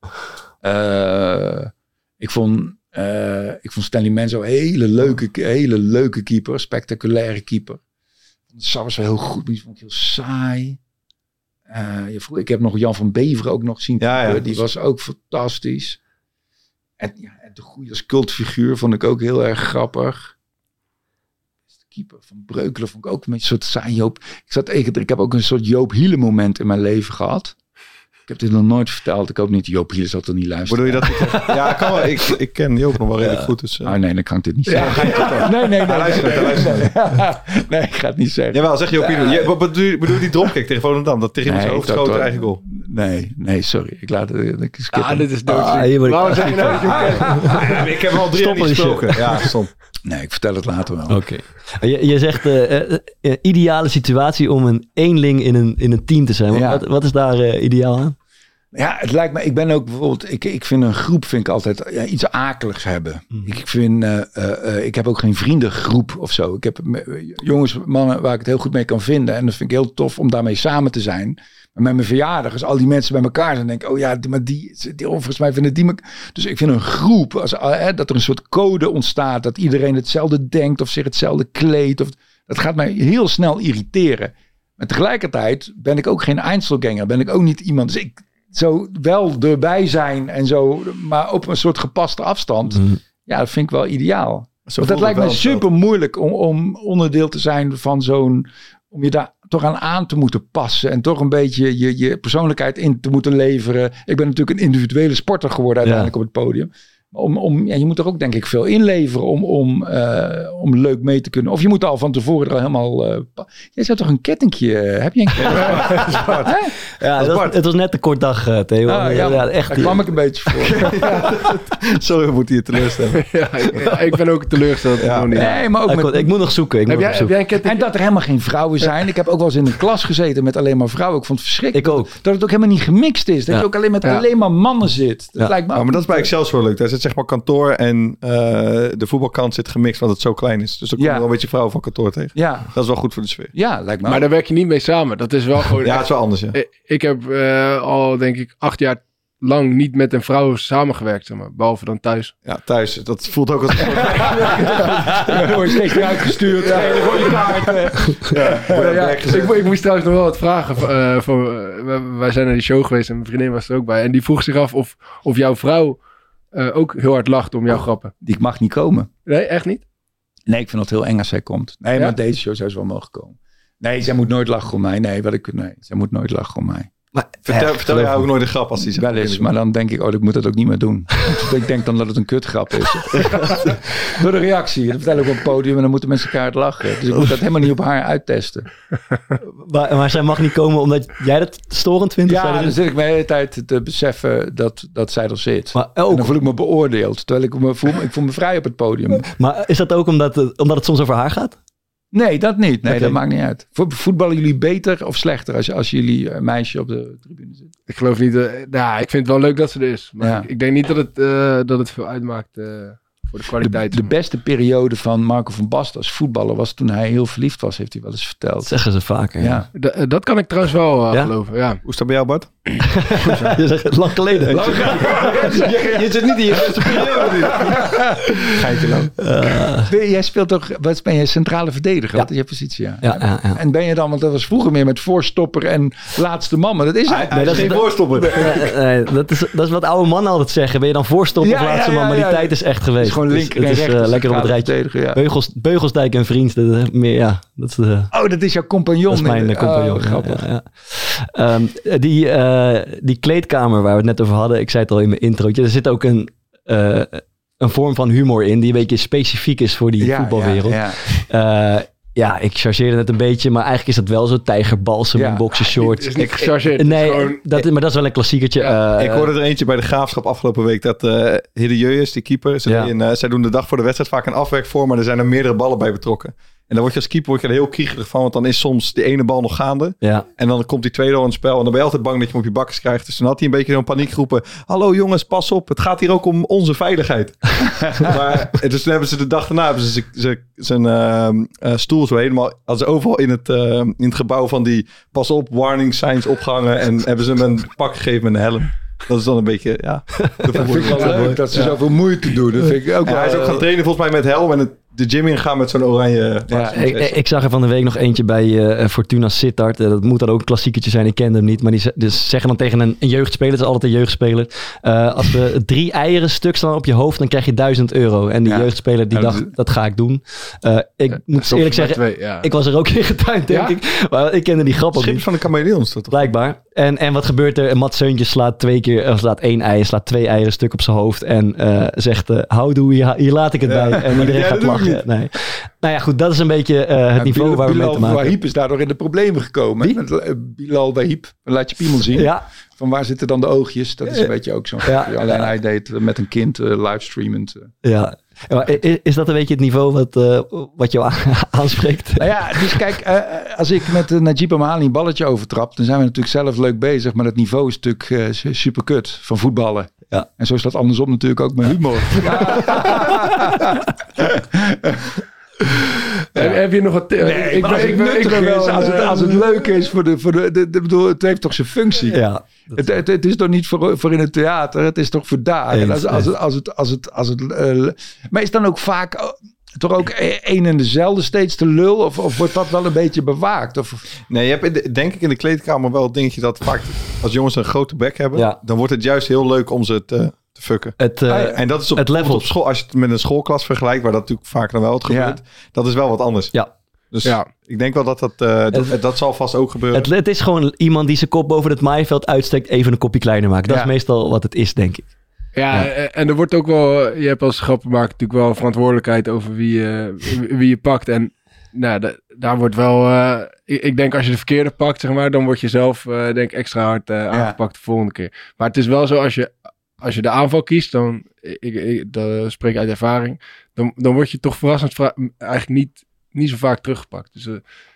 Speaker 5: Ik vond Stanley Menzo een hele leuke keeper. Spectaculaire keeper. Sar was wel heel goed, maar die vond ik heel saai. Ik heb nog Jan van Beveren ook nog zien. Die was ook fantastisch. En de goede als cultfiguur vond ik ook heel erg grappig. De keeper van Breukelen vond ik ook een soort saai Joop. Ik heb ook een soort Joop Hiele moment in mijn leven gehad. Ik heb dit nog nooit verteld. Ik hoop niet, Joop Hiele zal er niet luisteren.
Speaker 4: Bedoel je dat? Ja, kan wel. Ik ken Joop nog wel redelijk goed. Dus,
Speaker 5: nee, dan kan ik dit niet zeggen. Nee. Nee, ik ga het niet zeggen.
Speaker 4: Jawel, zeg Joop Hiele. Wat bedoel je die dropkick tegen Volendam? Dat tegen iemand zijn hoofd schoot eigen goal?
Speaker 5: Nee, sorry. Ik laat het skippen.
Speaker 6: Dit is doodzien. Waarom zeg je nou dat je
Speaker 4: ik heb al 3 jaar niet gesproken. Ja, stop.
Speaker 5: Nee, ik vertel het later wel.
Speaker 2: Oké. Je zegt ideale situatie om een eenling in een team te zijn. Wat is daar ideaal aan?
Speaker 5: Ja, het lijkt me, ik ben ook bijvoorbeeld, ik vind een groep vind ik altijd iets akeligs hebben. Ik heb ook geen vriendengroep of zo. Ik heb mannen waar ik het heel goed mee kan vinden. En dat vind ik heel tof om daarmee samen te zijn. Maar met mijn verjaardag, als al die mensen bij elkaar zijn, denk ik, oh ja, maar die volgens mij vinden die me. Dus ik vind een groep, dat er een soort code ontstaat, dat iedereen hetzelfde denkt of zich hetzelfde kleedt. Dat gaat mij heel snel irriteren. Maar tegelijkertijd ben ik ook geen Einzelganger, ben ik ook niet iemand. Dus ik zo wel erbij zijn en zo, maar op een soort gepaste afstand. Ja, dat vind ik wel ideaal. Want dat lijkt me super moeilijk om onderdeel te zijn van zo'n... Om je daar toch aan te moeten passen. En toch een beetje je persoonlijkheid in te moeten leveren. Ik ben natuurlijk een individuele sporter geworden uiteindelijk op het podium. Je moet er ook denk ik veel inleveren om leuk mee te kunnen. Of je moet al van tevoren er al helemaal... jij zou toch een kettingje... Heb je een kettingje?
Speaker 2: Het was net een kort dag, Theo.
Speaker 5: Echt, daar kwam ik een beetje voor.
Speaker 4: Sorry, we moeten je teleurstellen.
Speaker 6: Ik ben ook teleurgesteld.
Speaker 5: Nee, maar ook
Speaker 2: ik moet nog zoeken.
Speaker 6: Heb jij een ketting?
Speaker 5: En dat er helemaal geen vrouwen zijn. Ik heb ook wel eens in een klas gezeten met alleen maar vrouwen. Ik vond het verschrikkelijk.
Speaker 2: Ik ook.
Speaker 5: Dat het ook helemaal niet gemixt is. Dat je ook alleen met alleen maar mannen zit. Dat lijkt me
Speaker 4: maar dat is bij Excelsior leuk. Daar zit zeg maar kantoor en de voetbalkant zit gemixt, want het zo klein is. Dus dan kom je wel een beetje vrouwen van kantoor tegen. Ja. Dat is wel goed voor de sfeer.
Speaker 5: Ja, lijkt me.
Speaker 6: Maar daar werk je niet mee samen. Dat is wel gewoon...
Speaker 4: het is wel anders, ja.
Speaker 6: Ik heb al, denk ik, 8 jaar lang niet met een vrouw samengewerkt, zeg maar. Behalve dan thuis.
Speaker 4: Ja, thuis. Dat voelt ook als...
Speaker 5: Dan word je steeds weer uitgestuurd.
Speaker 6: Ik moest trouwens nog wel wat vragen. Wij zijn naar die show geweest en mijn vriendin was er ook bij. En die vroeg zich af of jouw vrouw ook heel hard lacht om jouw grappen.
Speaker 5: Die mag niet komen.
Speaker 6: Nee, echt niet?
Speaker 5: Nee, ik vind het heel eng als zij komt. Nee, maar deze show zou ze wel mogen komen. Nee, zij moet nooit lachen om mij. Nee, zij moet nooit lachen om mij.
Speaker 4: Maar vertel je ook nooit een grap als die
Speaker 5: wel eens, maar dan denk ik, ik moet dat ook niet meer doen. Ik denk dan dat het een kutgrap is. Door de reactie. Dat vertel ik op het podium en dan moeten mensen elkaar lachen. Dus ik moet dat helemaal niet op haar uittesten.
Speaker 2: Maar zij mag niet komen omdat jij dat storend vindt?
Speaker 5: Ja, dan zit ik me de hele tijd te beseffen dat zij er zit.
Speaker 2: Maar
Speaker 5: en dan voel ik me beoordeeld. Terwijl ik voel me vrij op het podium.
Speaker 2: Maar is dat ook omdat het soms over haar gaat?
Speaker 5: Nee, dat niet. Nee, dat maakt niet uit. Voetballen jullie beter of slechter als jullie een meisje op de tribune zit?
Speaker 6: Ik geloof niet. Ik vind het wel leuk dat ze er is. Maar ik denk niet dat het veel uitmaakt voor de kwaliteit.
Speaker 5: De beste periode van Marco van Basten als voetballer was toen hij heel verliefd was, heeft hij wel eens verteld. Dat
Speaker 2: zeggen ze vaker. Ja.
Speaker 6: Dat kan ik trouwens wel geloven. Ja.
Speaker 4: Hoe is dat bij jou, Bart?
Speaker 2: Je zegt het lang geleden.
Speaker 4: Je zit niet in je beste periode. Geitje lang.
Speaker 5: Jij speelt toch, wat ben je, centrale verdediger? Wat is je positie? Ja. En ben je dan, want dat was vroeger meer met voorstopper en laatste man, maar dat is
Speaker 4: hij is geen voorstopper.
Speaker 2: Nee, dat is wat oude mannen altijd zeggen. Ben je dan voorstopper of laatste man? Maar die tijd is echt geweest.
Speaker 5: Gewoon linker en rechter.
Speaker 2: Lekker op het rijtje. Beugelsdijk en Vriends. Dat is
Speaker 5: dat is jouw compagnon.
Speaker 2: Dat is mijn compagnon.
Speaker 5: Grappig.
Speaker 2: Die kleedkamer waar we het net over hadden. Ik zei het al in mijn introotje. Er zit ook een vorm van humor in. Die een beetje specifiek is voor die voetbalwereld. Ik chargeerde het een beetje, maar eigenlijk is dat wel zo. Tijgerbalsem, boxershorts.
Speaker 6: Het is niet gechargeerd.
Speaker 2: Nee, maar dat is wel een klassiekertje.
Speaker 4: Ik hoorde er eentje bij de Graafschap afgelopen week. Dat Hidde Jeus, die keeper, zij doen de dag voor de wedstrijd vaak een afwerk voor, maar er zijn er meerdere ballen bij betrokken. En dan word je als keeper er heel kriegerig van, want dan is soms die ene bal nog gaande. Ja. En dan komt die tweede al in het spel. En dan ben je altijd bang dat je hem op je bakkes krijgt. Dus dan had hij een beetje zo'n paniek geroepen. Hallo jongens, pas op. Het gaat hier ook om onze veiligheid. Maar dus toen hebben ze de dag daarna zijn stoel zo helemaal, als overal in het gebouw van die pas op warning signs opgehangen. En hebben ze hem een pak gegeven met een helm. Dat is dan een beetje,
Speaker 5: dat vind ik wel leuk dat ze zoveel moeite doen. Dat vind ik ook
Speaker 4: hij is ook gaan trainen volgens mij met helm en de gym ingaan met zo'n oranje.
Speaker 2: Ik zag er van de week nog eentje bij Fortuna Sittard. Dat moet dan ook een klassiekertje zijn. Ik kende hem niet. Maar die zeggen dan tegen een jeugdspeler. Het is altijd een jeugdspeler. Als we 3 eieren stuk staan op je hoofd, dan krijg je €1000. En die jeugdspeler die dacht, dat ga ik doen. Ik moet eerlijk zeggen, ik was er ook in getuind, denk ik. Maar ik kende die grap ook niet.
Speaker 4: Van de chameleons. Dat
Speaker 2: blijkbaar. En wat gebeurt er? Matt Seuntje slaat 1 ei, slaat 2 eieren stuk op zijn hoofd. En zegt, houdoe, hier laat ik het bij. En iedereen gaat lachen. Nee. Nou ja, goed, dat is een beetje het niveau waar we mee te maken hebben.
Speaker 5: Wahib is daardoor in de problemen gekomen. Bilal Wahib, laat je piemel zien. Ja. Van waar zitten dan de oogjes? Dat is een beetje ook zo'n... Alleen hij deed met een kind livestreamend.
Speaker 2: Ja. Is dat een beetje het niveau wat jou aanspreekt?
Speaker 5: Nou ja, dus kijk, als ik met Najib Amali een balletje overtrap, dan zijn we natuurlijk zelf leuk bezig. Maar het niveau is natuurlijk super kut van voetballen. Ja. En zo is dat andersom natuurlijk ook met humor.
Speaker 6: Heb je nog wat...
Speaker 5: Als het leuk is bedoel, het heeft toch zijn functie. Ja. Het is toch niet voor in het theater, het is toch voor daar. En maar is dan ook vaak toch ook één en dezelfde steeds te lul? Of wordt dat wel een beetje bewaakt?
Speaker 4: Nee, je hebt denk ik in de kleedkamer wel het dingetje dat vaak als jongens een grote bek hebben, dan wordt het juist heel leuk om ze te te fucken.
Speaker 2: En
Speaker 4: dat is
Speaker 2: het level.
Speaker 4: Op school, als je het met een schoolklas vergelijkt, waar dat natuurlijk vaak dan wel het gebeurt, dat is wel wat anders.
Speaker 2: Ja.
Speaker 4: Dus ik denk wel dat zal vast ook gebeuren.
Speaker 2: Het is gewoon iemand die zijn kop boven het maaiveld uitsteekt, even een kopje kleiner maken. Dat is meestal wat het is, denk ik.
Speaker 6: Ja, en er wordt ook wel... Je hebt als grappenmaker natuurlijk wel verantwoordelijkheid over wie je pakt. En daar wordt wel... ik denk als je de verkeerde pakt, zeg maar, dan word je zelf denk ik extra hard aangepakt de volgende keer. Maar het is wel zo, als je de aanval kiest, dan... Dat spreek ik uit ervaring. Dan word je toch verrassend eigenlijk niet zo vaak teruggepakt. Dus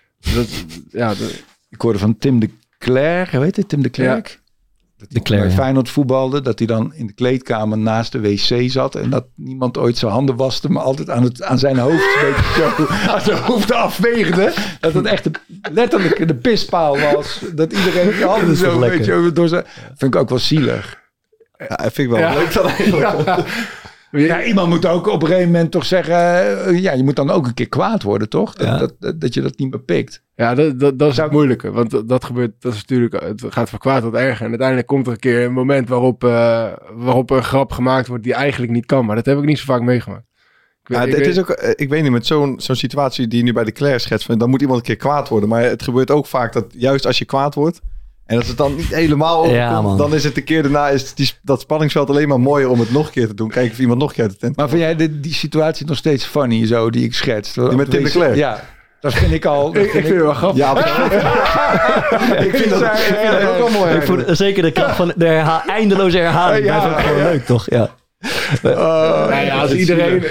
Speaker 5: ik hoorde van Tim de Cler, weet je, Tim de Klerk? Ja. Dat hij bij Feyenoord voetbalde, dat hij dan in de kleedkamer naast de wc zat en dat niemand ooit zijn handen waste, maar altijd aan zijn hoofd een beetje zo, aan zijn hoofd afveegde. Dat het echt letterlijk de pispaal was. Dat iedereen de handen zo een beetje door zijn... Vind ik ook wel zielig.
Speaker 4: Ja, dat vind ik wel leuk dan eigenlijk.
Speaker 5: Ja, iemand moet ook op een gegeven moment toch zeggen... je moet dan ook een keer kwaad worden, toch? Dat je dat niet meer pikt.
Speaker 6: Ja, dat is het moeilijke. Want dat gebeurt, dat is natuurlijk... Het gaat van kwaad tot erger. En uiteindelijk komt er een keer een moment waarop een grap gemaakt wordt die eigenlijk niet kan. Maar dat heb ik niet zo vaak meegemaakt.
Speaker 4: Ik weet niet, met zo'n situatie die je nu bij de Claire schetst... dan moet iemand een keer kwaad worden. Maar het gebeurt ook vaak dat juist als je kwaad wordt... En als het dan niet helemaal overkomt, dan is het de keer daarna dat spanningsveld alleen maar mooier om het nog een keer te doen. Kijken of iemand nog een keer uit de tent.
Speaker 5: Maar vind jij die situatie nog steeds funny, zo, die ik schets?
Speaker 4: Die met Tim de Cler?
Speaker 5: Ja, dat vind ik al...
Speaker 6: ik vind het wel grappig.
Speaker 4: Ja, ik vind dat ook wel mooi.
Speaker 2: Ik voel zeker de kracht van de eindeloze herhaling. Dat is ook gewoon leuk, toch? Ja.
Speaker 6: Als iedereen...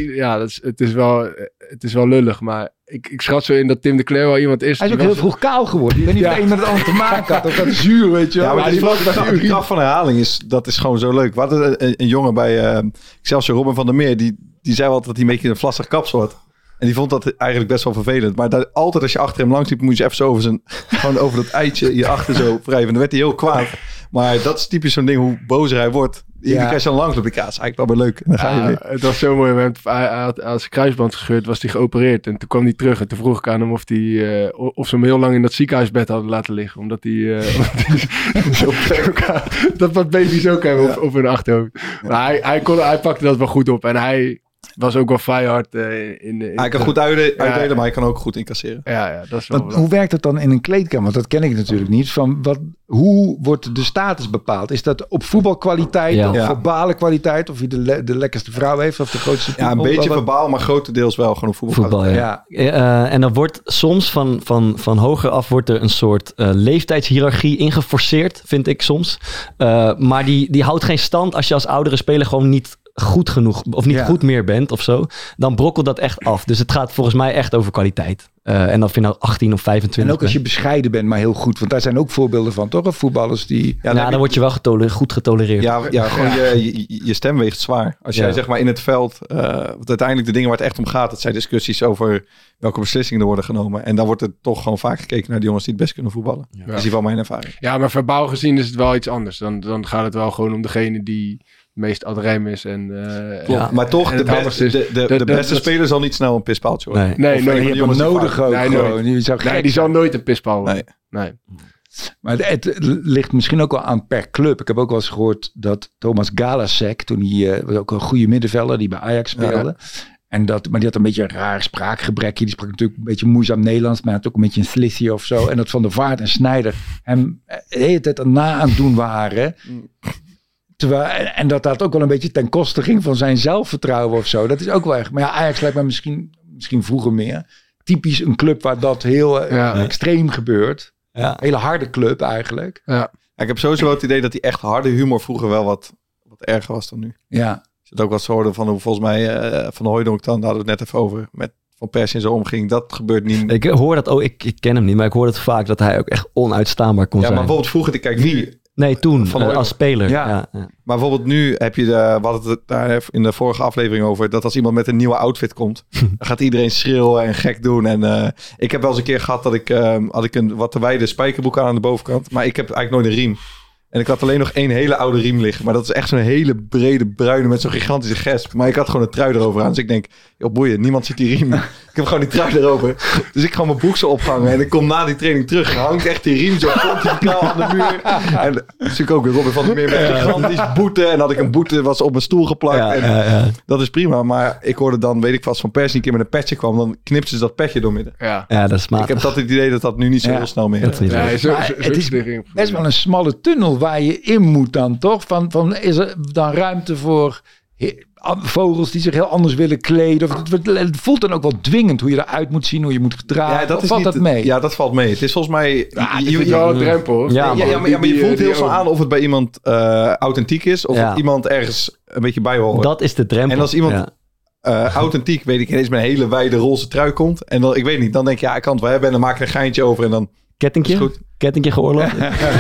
Speaker 6: Het is wel lullig, maar ik schat zo in dat Tim de Cler wel iemand is...
Speaker 5: Hij is ook heel vroeg kaal geworden. Ik weet niet of het een met het ander te maken had. Of dat zuur, weet je wel.
Speaker 4: Ja, maar die kracht van herhaling is gewoon zo leuk. We hadden een jongen bij Excelsior, Robin van der Meer, die zei altijd dat hij een beetje een vlassig kapsel had. En die vond dat eigenlijk best wel vervelend. Maar altijd als je achter hem langs liep, moest je even zo over dat eitje hierachter zo wrijven. En dan werd hij heel kwaad. Maar dat is typisch zo'n ding, hoe bozer hij wordt. Als je dan langs loopt, is eigenlijk wel weer leuk. En dan ga je weer.
Speaker 6: Het was zo mooi. Hij had zijn kruisband gescheurd, was hij geopereerd. En toen kwam hij terug. En toen vroeg ik aan hem of ze hem heel lang in dat ziekenhuisbed hadden laten liggen. Omdat hij dat wat baby's ook hebben op hun achterhoofd. Maar hij pakte dat wel goed op. En hij was ook wel Feyenoord
Speaker 4: hij kan goed uitdelen, maar hij kan ook goed incasseren.
Speaker 6: Ja, dat is wel
Speaker 5: hoe werkt het dan in een kleedkamer? Want dat ken ik natuurlijk niet. Hoe wordt de status bepaald? Is dat op voetbalkwaliteit of verbale kwaliteit? Of wie de lekkerste vrouw heeft of de grootste...
Speaker 4: Ja, een beetje verbaal, maar grotendeels wel gewoon op voetbalkwaliteit.
Speaker 2: En dan wordt soms van hoger af wordt er een soort leeftijdshiërarchie ingeforceerd, vind ik soms. Maar die houdt geen stand als je als oudere speler gewoon niet goed genoeg of niet goed meer bent of zo, dan brokkelt dat echt af. Dus het gaat volgens mij echt over kwaliteit. En of je nou 18 of 25
Speaker 5: En ook als je bescheiden bent, maar heel goed. Want daar zijn ook voorbeelden van, toch? Of voetballers die...
Speaker 2: dan word je wel goed getolereerd.
Speaker 4: Gewoon je stem weegt zwaar. Als jij zeg maar in het veld... want uiteindelijk de dingen waar het echt om gaat, dat zijn discussies over welke beslissingen er worden genomen. En dan wordt er toch gewoon vaak gekeken naar die jongens die het best kunnen voetballen. Ja. Dat is in ieder geval mijn ervaring.
Speaker 6: Ja, maar verbaal gezien is het wel iets anders. Dan gaat het wel gewoon om degene die meest ad rem is.
Speaker 4: Maar toch, de beste speler zal niet snel een pispaaltje worden.
Speaker 6: Nee,
Speaker 5: je hebt hem nodig ook.
Speaker 6: Die zal nooit een pispaal worden. Nee.
Speaker 5: Maar het ligt misschien ook wel aan per club. Ik heb ook wel eens gehoord dat Thomas Galasek, toen hij was ook een goede middenvelder die bij Ajax speelde. Ja. Maar die had een beetje een raar spraakgebrekje. Die sprak natuurlijk een beetje moeizaam Nederlands, maar had ook een beetje een slissie of zo. En dat Van der Vaart en Sneijder hem de hele tijd erna aan het doen waren. En dat ook wel een beetje ten koste ging van zijn zelfvertrouwen of zo. Dat is ook wel echt. Maar ja, Ajax lijkt me misschien vroeger meer. Typisch een club waar dat heel extreem gebeurt. Ja. Hele harde club eigenlijk.
Speaker 4: Ja. Ik heb sowieso wel het idee dat die echt harde humor vroeger wel wat erger was dan nu.
Speaker 5: Ja.
Speaker 4: Is het ook wat hoorde van hoe volgens mij Van Hooijdonk dan, daar hadden we het net even over, met Van Persie en zo omging. Dat gebeurt niet.
Speaker 2: Ik hoor dat ook, ik ken hem niet, maar ik hoor het vaak dat hij ook echt onuitstaanbaar kon zijn.
Speaker 4: Ja, maar bijvoorbeeld vroeger, kijk wie...
Speaker 2: Nee, toen, als speler. Ja.
Speaker 4: Maar bijvoorbeeld nu heb je we hadden het daar in de vorige aflevering over, dat als iemand met een nieuwe outfit komt, dan gaat iedereen schreeuwen en gek doen. En ik heb wel eens een keer gehad dat ik had een wat te wijde spijkerbroek aan de bovenkant, maar ik heb eigenlijk nooit een riem. En ik had alleen nog 1 hele oude riem liggen. Maar dat is echt zo'n hele brede bruine met zo'n gigantische gesp. Maar ik had gewoon een trui erover aan. Dus ik denk, joh boeien, niemand ziet die riem. Ik heb gewoon die trui erover. Dus ik ga mijn broek zo ophangen. En ik kom na die training terug. En hangt echt die riem zo pontificaal aan de muur. En natuurlijk ook weer Robin van der Meer met gigantisch boete. En had ik een boete, was op mijn stoel geplakt. Dat is prima. Maar ik hoorde dan, weet ik vast, van pers die een keer met een petje kwam. Dan knipten ze dat petje door midden.
Speaker 2: Ja, dat is matig.
Speaker 4: Ik heb dat het idee dat dat nu niet zo heel snel meer is.
Speaker 5: Het is best wel een smalle tunnel waar je in moet dan, toch? Van is er dan ruimte voor vogels die zich heel anders willen kleden? Of het voelt dan ook wel dwingend hoe je eruit moet zien, hoe je moet gedragen.
Speaker 4: Ja,
Speaker 5: valt dat mee?
Speaker 4: Ja, dat valt mee. Het is volgens mij...
Speaker 6: je wel een drempel.
Speaker 4: Ja, maar je voelt heel snel aan of het bij iemand authentiek is. Of het iemand ergens een beetje bij hoort.
Speaker 2: Dat is de drempel.
Speaker 4: En als iemand authentiek, weet ik ineens met een hele wijde roze trui komt. En dan, ik weet niet, dan denk je, ik kan het wel hebben. En dan maak ik een geintje over en dan...
Speaker 2: Kettingje geoorloofd?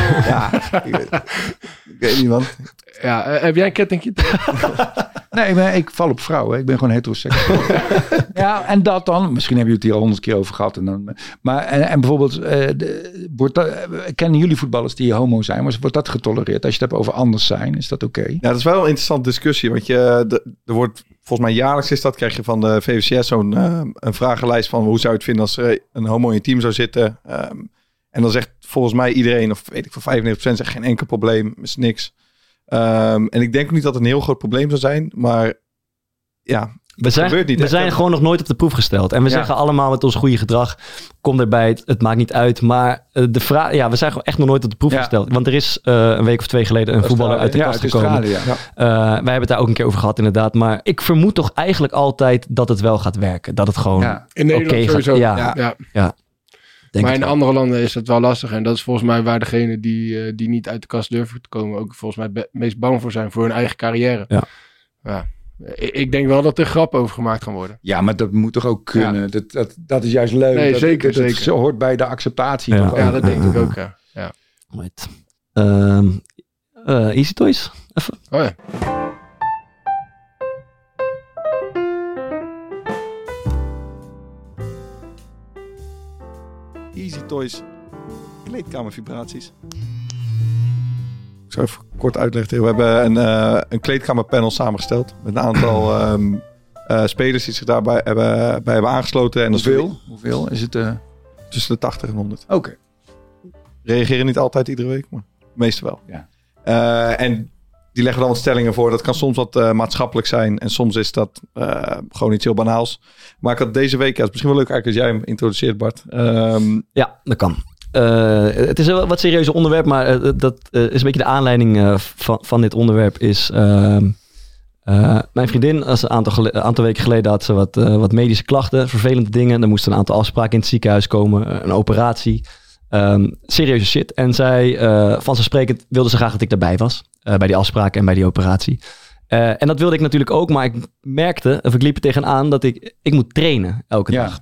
Speaker 4: Ik weet niet, man.
Speaker 6: Ja, heb jij een kettingje?
Speaker 5: Nee, maar ik val op vrouwen. Ik ben gewoon heteroseksueel. Ja, en dat dan... Misschien hebben jullie het hier al 100 keer over gehad. En bijvoorbeeld... kennen jullie voetballers die homo zijn? Maar wordt dat getolereerd? Als je het hebt over anders zijn, is dat oké?
Speaker 4: Ja, dat is wel een interessante discussie. Want er wordt... Volgens mij jaarlijks is dat, krijg je van de VVCS zo'n een vragenlijst van hoe zou je het vinden als er een homo in je team zou zitten. En dan zegt volgens mij iedereen, of weet ik van 95% zegt geen enkel probleem, is niks. En ik denk ook niet dat het een heel groot probleem zou zijn, maar ja,
Speaker 2: we zijn gewoon nog nooit op de proef gesteld. En we zeggen allemaal met ons goede gedrag, kom erbij, het maakt niet uit. Maar we zijn gewoon echt nog nooit op de proef gesteld. Want er is een week of 2 geleden een voetballer uit de kast gekomen. Wij hebben het daar ook een keer over gehad inderdaad. Maar ik vermoed toch eigenlijk altijd dat het wel gaat werken. Dat het gewoon
Speaker 6: in Nederland sowieso.
Speaker 2: Ja.
Speaker 6: Maar in andere landen is dat wel lastig. En dat is volgens mij waar degenen die niet uit de kast durven te komen ook volgens mij meest bang voor zijn. Voor hun eigen carrière. Ja. Ik denk wel dat er grappen over gemaakt gaan worden.
Speaker 5: Ja, maar dat moet toch ook kunnen? Ja. Dat is juist leuk.
Speaker 6: Nee, zeker.
Speaker 5: Dat hoort bij de acceptatie.
Speaker 6: Ja, dat denk ik ook, ja.
Speaker 2: Easy Toys, even.
Speaker 6: Oh ja.
Speaker 4: Easy Toys, kleedkamervibraties. Ik zal even kort uitleggen. We hebben een kleedkamerpanel samengesteld met een aantal spelers die zich daarbij hebben aangesloten. En
Speaker 5: Hoeveel is het?
Speaker 4: Tussen de 80 en 100.
Speaker 5: Oké.
Speaker 4: Reageren niet altijd iedere week, maar meestal wel.
Speaker 5: Ja.
Speaker 4: En die leggen dan wat stellingen voor. Dat kan soms wat maatschappelijk zijn. En soms is dat gewoon iets heel banaals. Maar ik had deze week... Ja, het is misschien wel leuk eigenlijk als jij hem introduceert, Bart.
Speaker 2: Ja, dat kan. Het is een wat serieuzer onderwerp. Maar dat is een beetje de aanleiding van dit onderwerp. Is mijn vriendin, een aantal weken geleden had ze wat medische klachten. Vervelende dingen. Er moesten een aantal afspraken in het ziekenhuis komen. Een operatie. Serieuze shit. En zij, vanzelfsprekend, wilde ze graag dat ik daarbij was. Bij die afspraken en bij die operatie. En dat wilde ik natuurlijk ook. Maar ik merkte, of ik liep er tegenaan, dat ik moet trainen elke dag.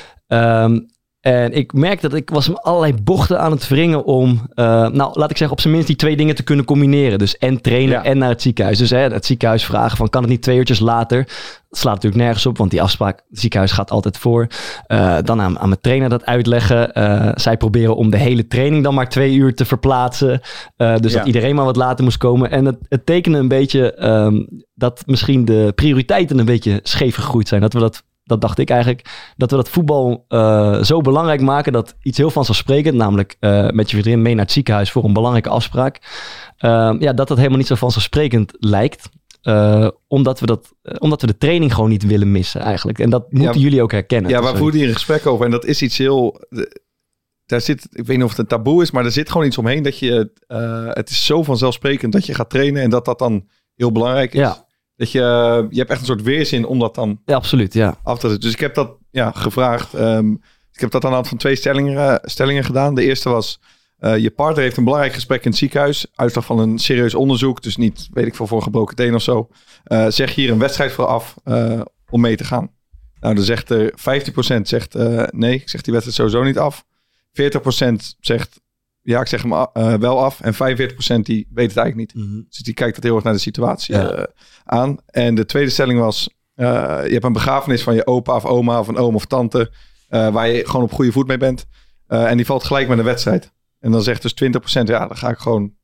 Speaker 2: En ik merkte dat ik was allerlei bochten aan het wringen om, laat ik zeggen, op zijn minst die 2 dingen te kunnen combineren. Dus en trainen en naar het ziekenhuis. Dus het ziekenhuis vragen van, kan het niet 2 uurtjes later? Dat slaat natuurlijk nergens op, want die afspraak, het ziekenhuis gaat altijd voor. Dan aan mijn trainer dat uitleggen. Zij proberen om de hele training dan maar 2 uur te verplaatsen. Dus dat iedereen maar wat later moest komen. En het tekende een beetje dat misschien de prioriteiten een beetje scheef gegroeid zijn. Dat dacht ik eigenlijk, dat we dat voetbal zo belangrijk maken, dat iets heel vanzelfsprekend, namelijk met je vriendin mee naar het ziekenhuis voor een belangrijke afspraak, dat helemaal niet zo vanzelfsprekend lijkt. Omdat we de training gewoon niet willen missen eigenlijk. En dat moeten jullie ook herkennen.
Speaker 4: Ja, we voeren hier een gesprek over en dat is iets heel... Daar zit, ik weet niet of het een taboe is, maar er zit gewoon iets omheen dat je... het is zo vanzelfsprekend dat je gaat trainen en dat dan heel belangrijk is. Ja. Dat je hebt echt een soort weerzin om dat dan...
Speaker 2: Ja, absoluut, ja.
Speaker 4: Af te zetten. Dus ik heb dat gevraagd. Ik heb dat aan de hand van 2 stellingen gedaan. De eerste was... je partner heeft een belangrijk gesprek in het ziekenhuis. Uitslag van een serieus onderzoek. Dus niet, weet ik veel, voor een gebroken teen of zo. Zeg hier een wedstrijd voor af om mee te gaan. Nou, dan zegt er 15% zegt nee. Ik zeg die wedstrijd sowieso niet af. 40% zegt ja, ik zeg hem wel af. En 45% die weet het eigenlijk niet. Mm-hmm. Dus die kijkt dat heel erg naar de situatie aan. En de tweede stelling was... je hebt een begrafenis van je opa of oma of een oom of tante... waar je gewoon op goede voet mee bent. En die valt gelijk met een wedstrijd. En dan zegt dus 20%, ja, dan ga ik gewoon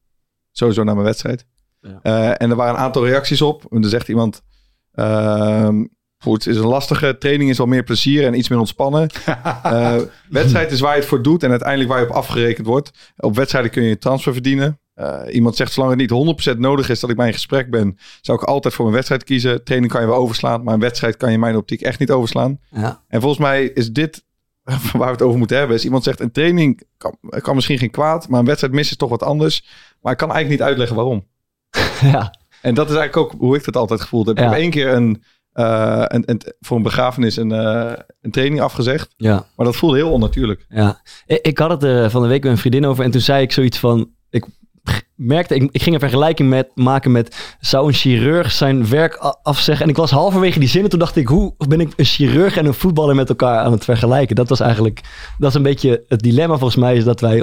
Speaker 4: sowieso na mijn wedstrijd. Ja. En er waren een aantal reacties op. En dan zegt iemand... het is een lastige. Training is wel meer plezier en iets meer ontspannen. Wedstrijd is waar je het voor doet en uiteindelijk waar je op afgerekend wordt. Op wedstrijden kun je transfer verdienen. Iemand zegt, zolang het niet 100% nodig is dat ik bij een gesprek ben, zou ik altijd voor mijn wedstrijd kiezen. Training kan je wel overslaan, maar een wedstrijd kan je in mijn optiek echt niet overslaan. Ja. En volgens mij is dit waar we het over moeten hebben. Is iemand zegt, een training kan misschien geen kwaad, maar een wedstrijd missen is toch wat anders. Maar ik kan eigenlijk niet uitleggen waarom.
Speaker 2: Ja.
Speaker 4: En dat is eigenlijk ook hoe ik het altijd gevoeld heb. Ja. Ik heb 1 keer voor een begrafenis een training afgezegd. Ja. Maar dat voelde heel onnatuurlijk. Ja.
Speaker 2: Ik had het van de week met een vriendin over. En toen zei ik zoiets van... Ik ging een vergelijking maken met... Zou een chirurg zijn werk afzeggen? En ik was halverwege die zinnen. Toen dacht ik, hoe ben ik een chirurg en een voetballer met elkaar aan het vergelijken? Dat is een beetje het dilemma volgens mij. Is dat wij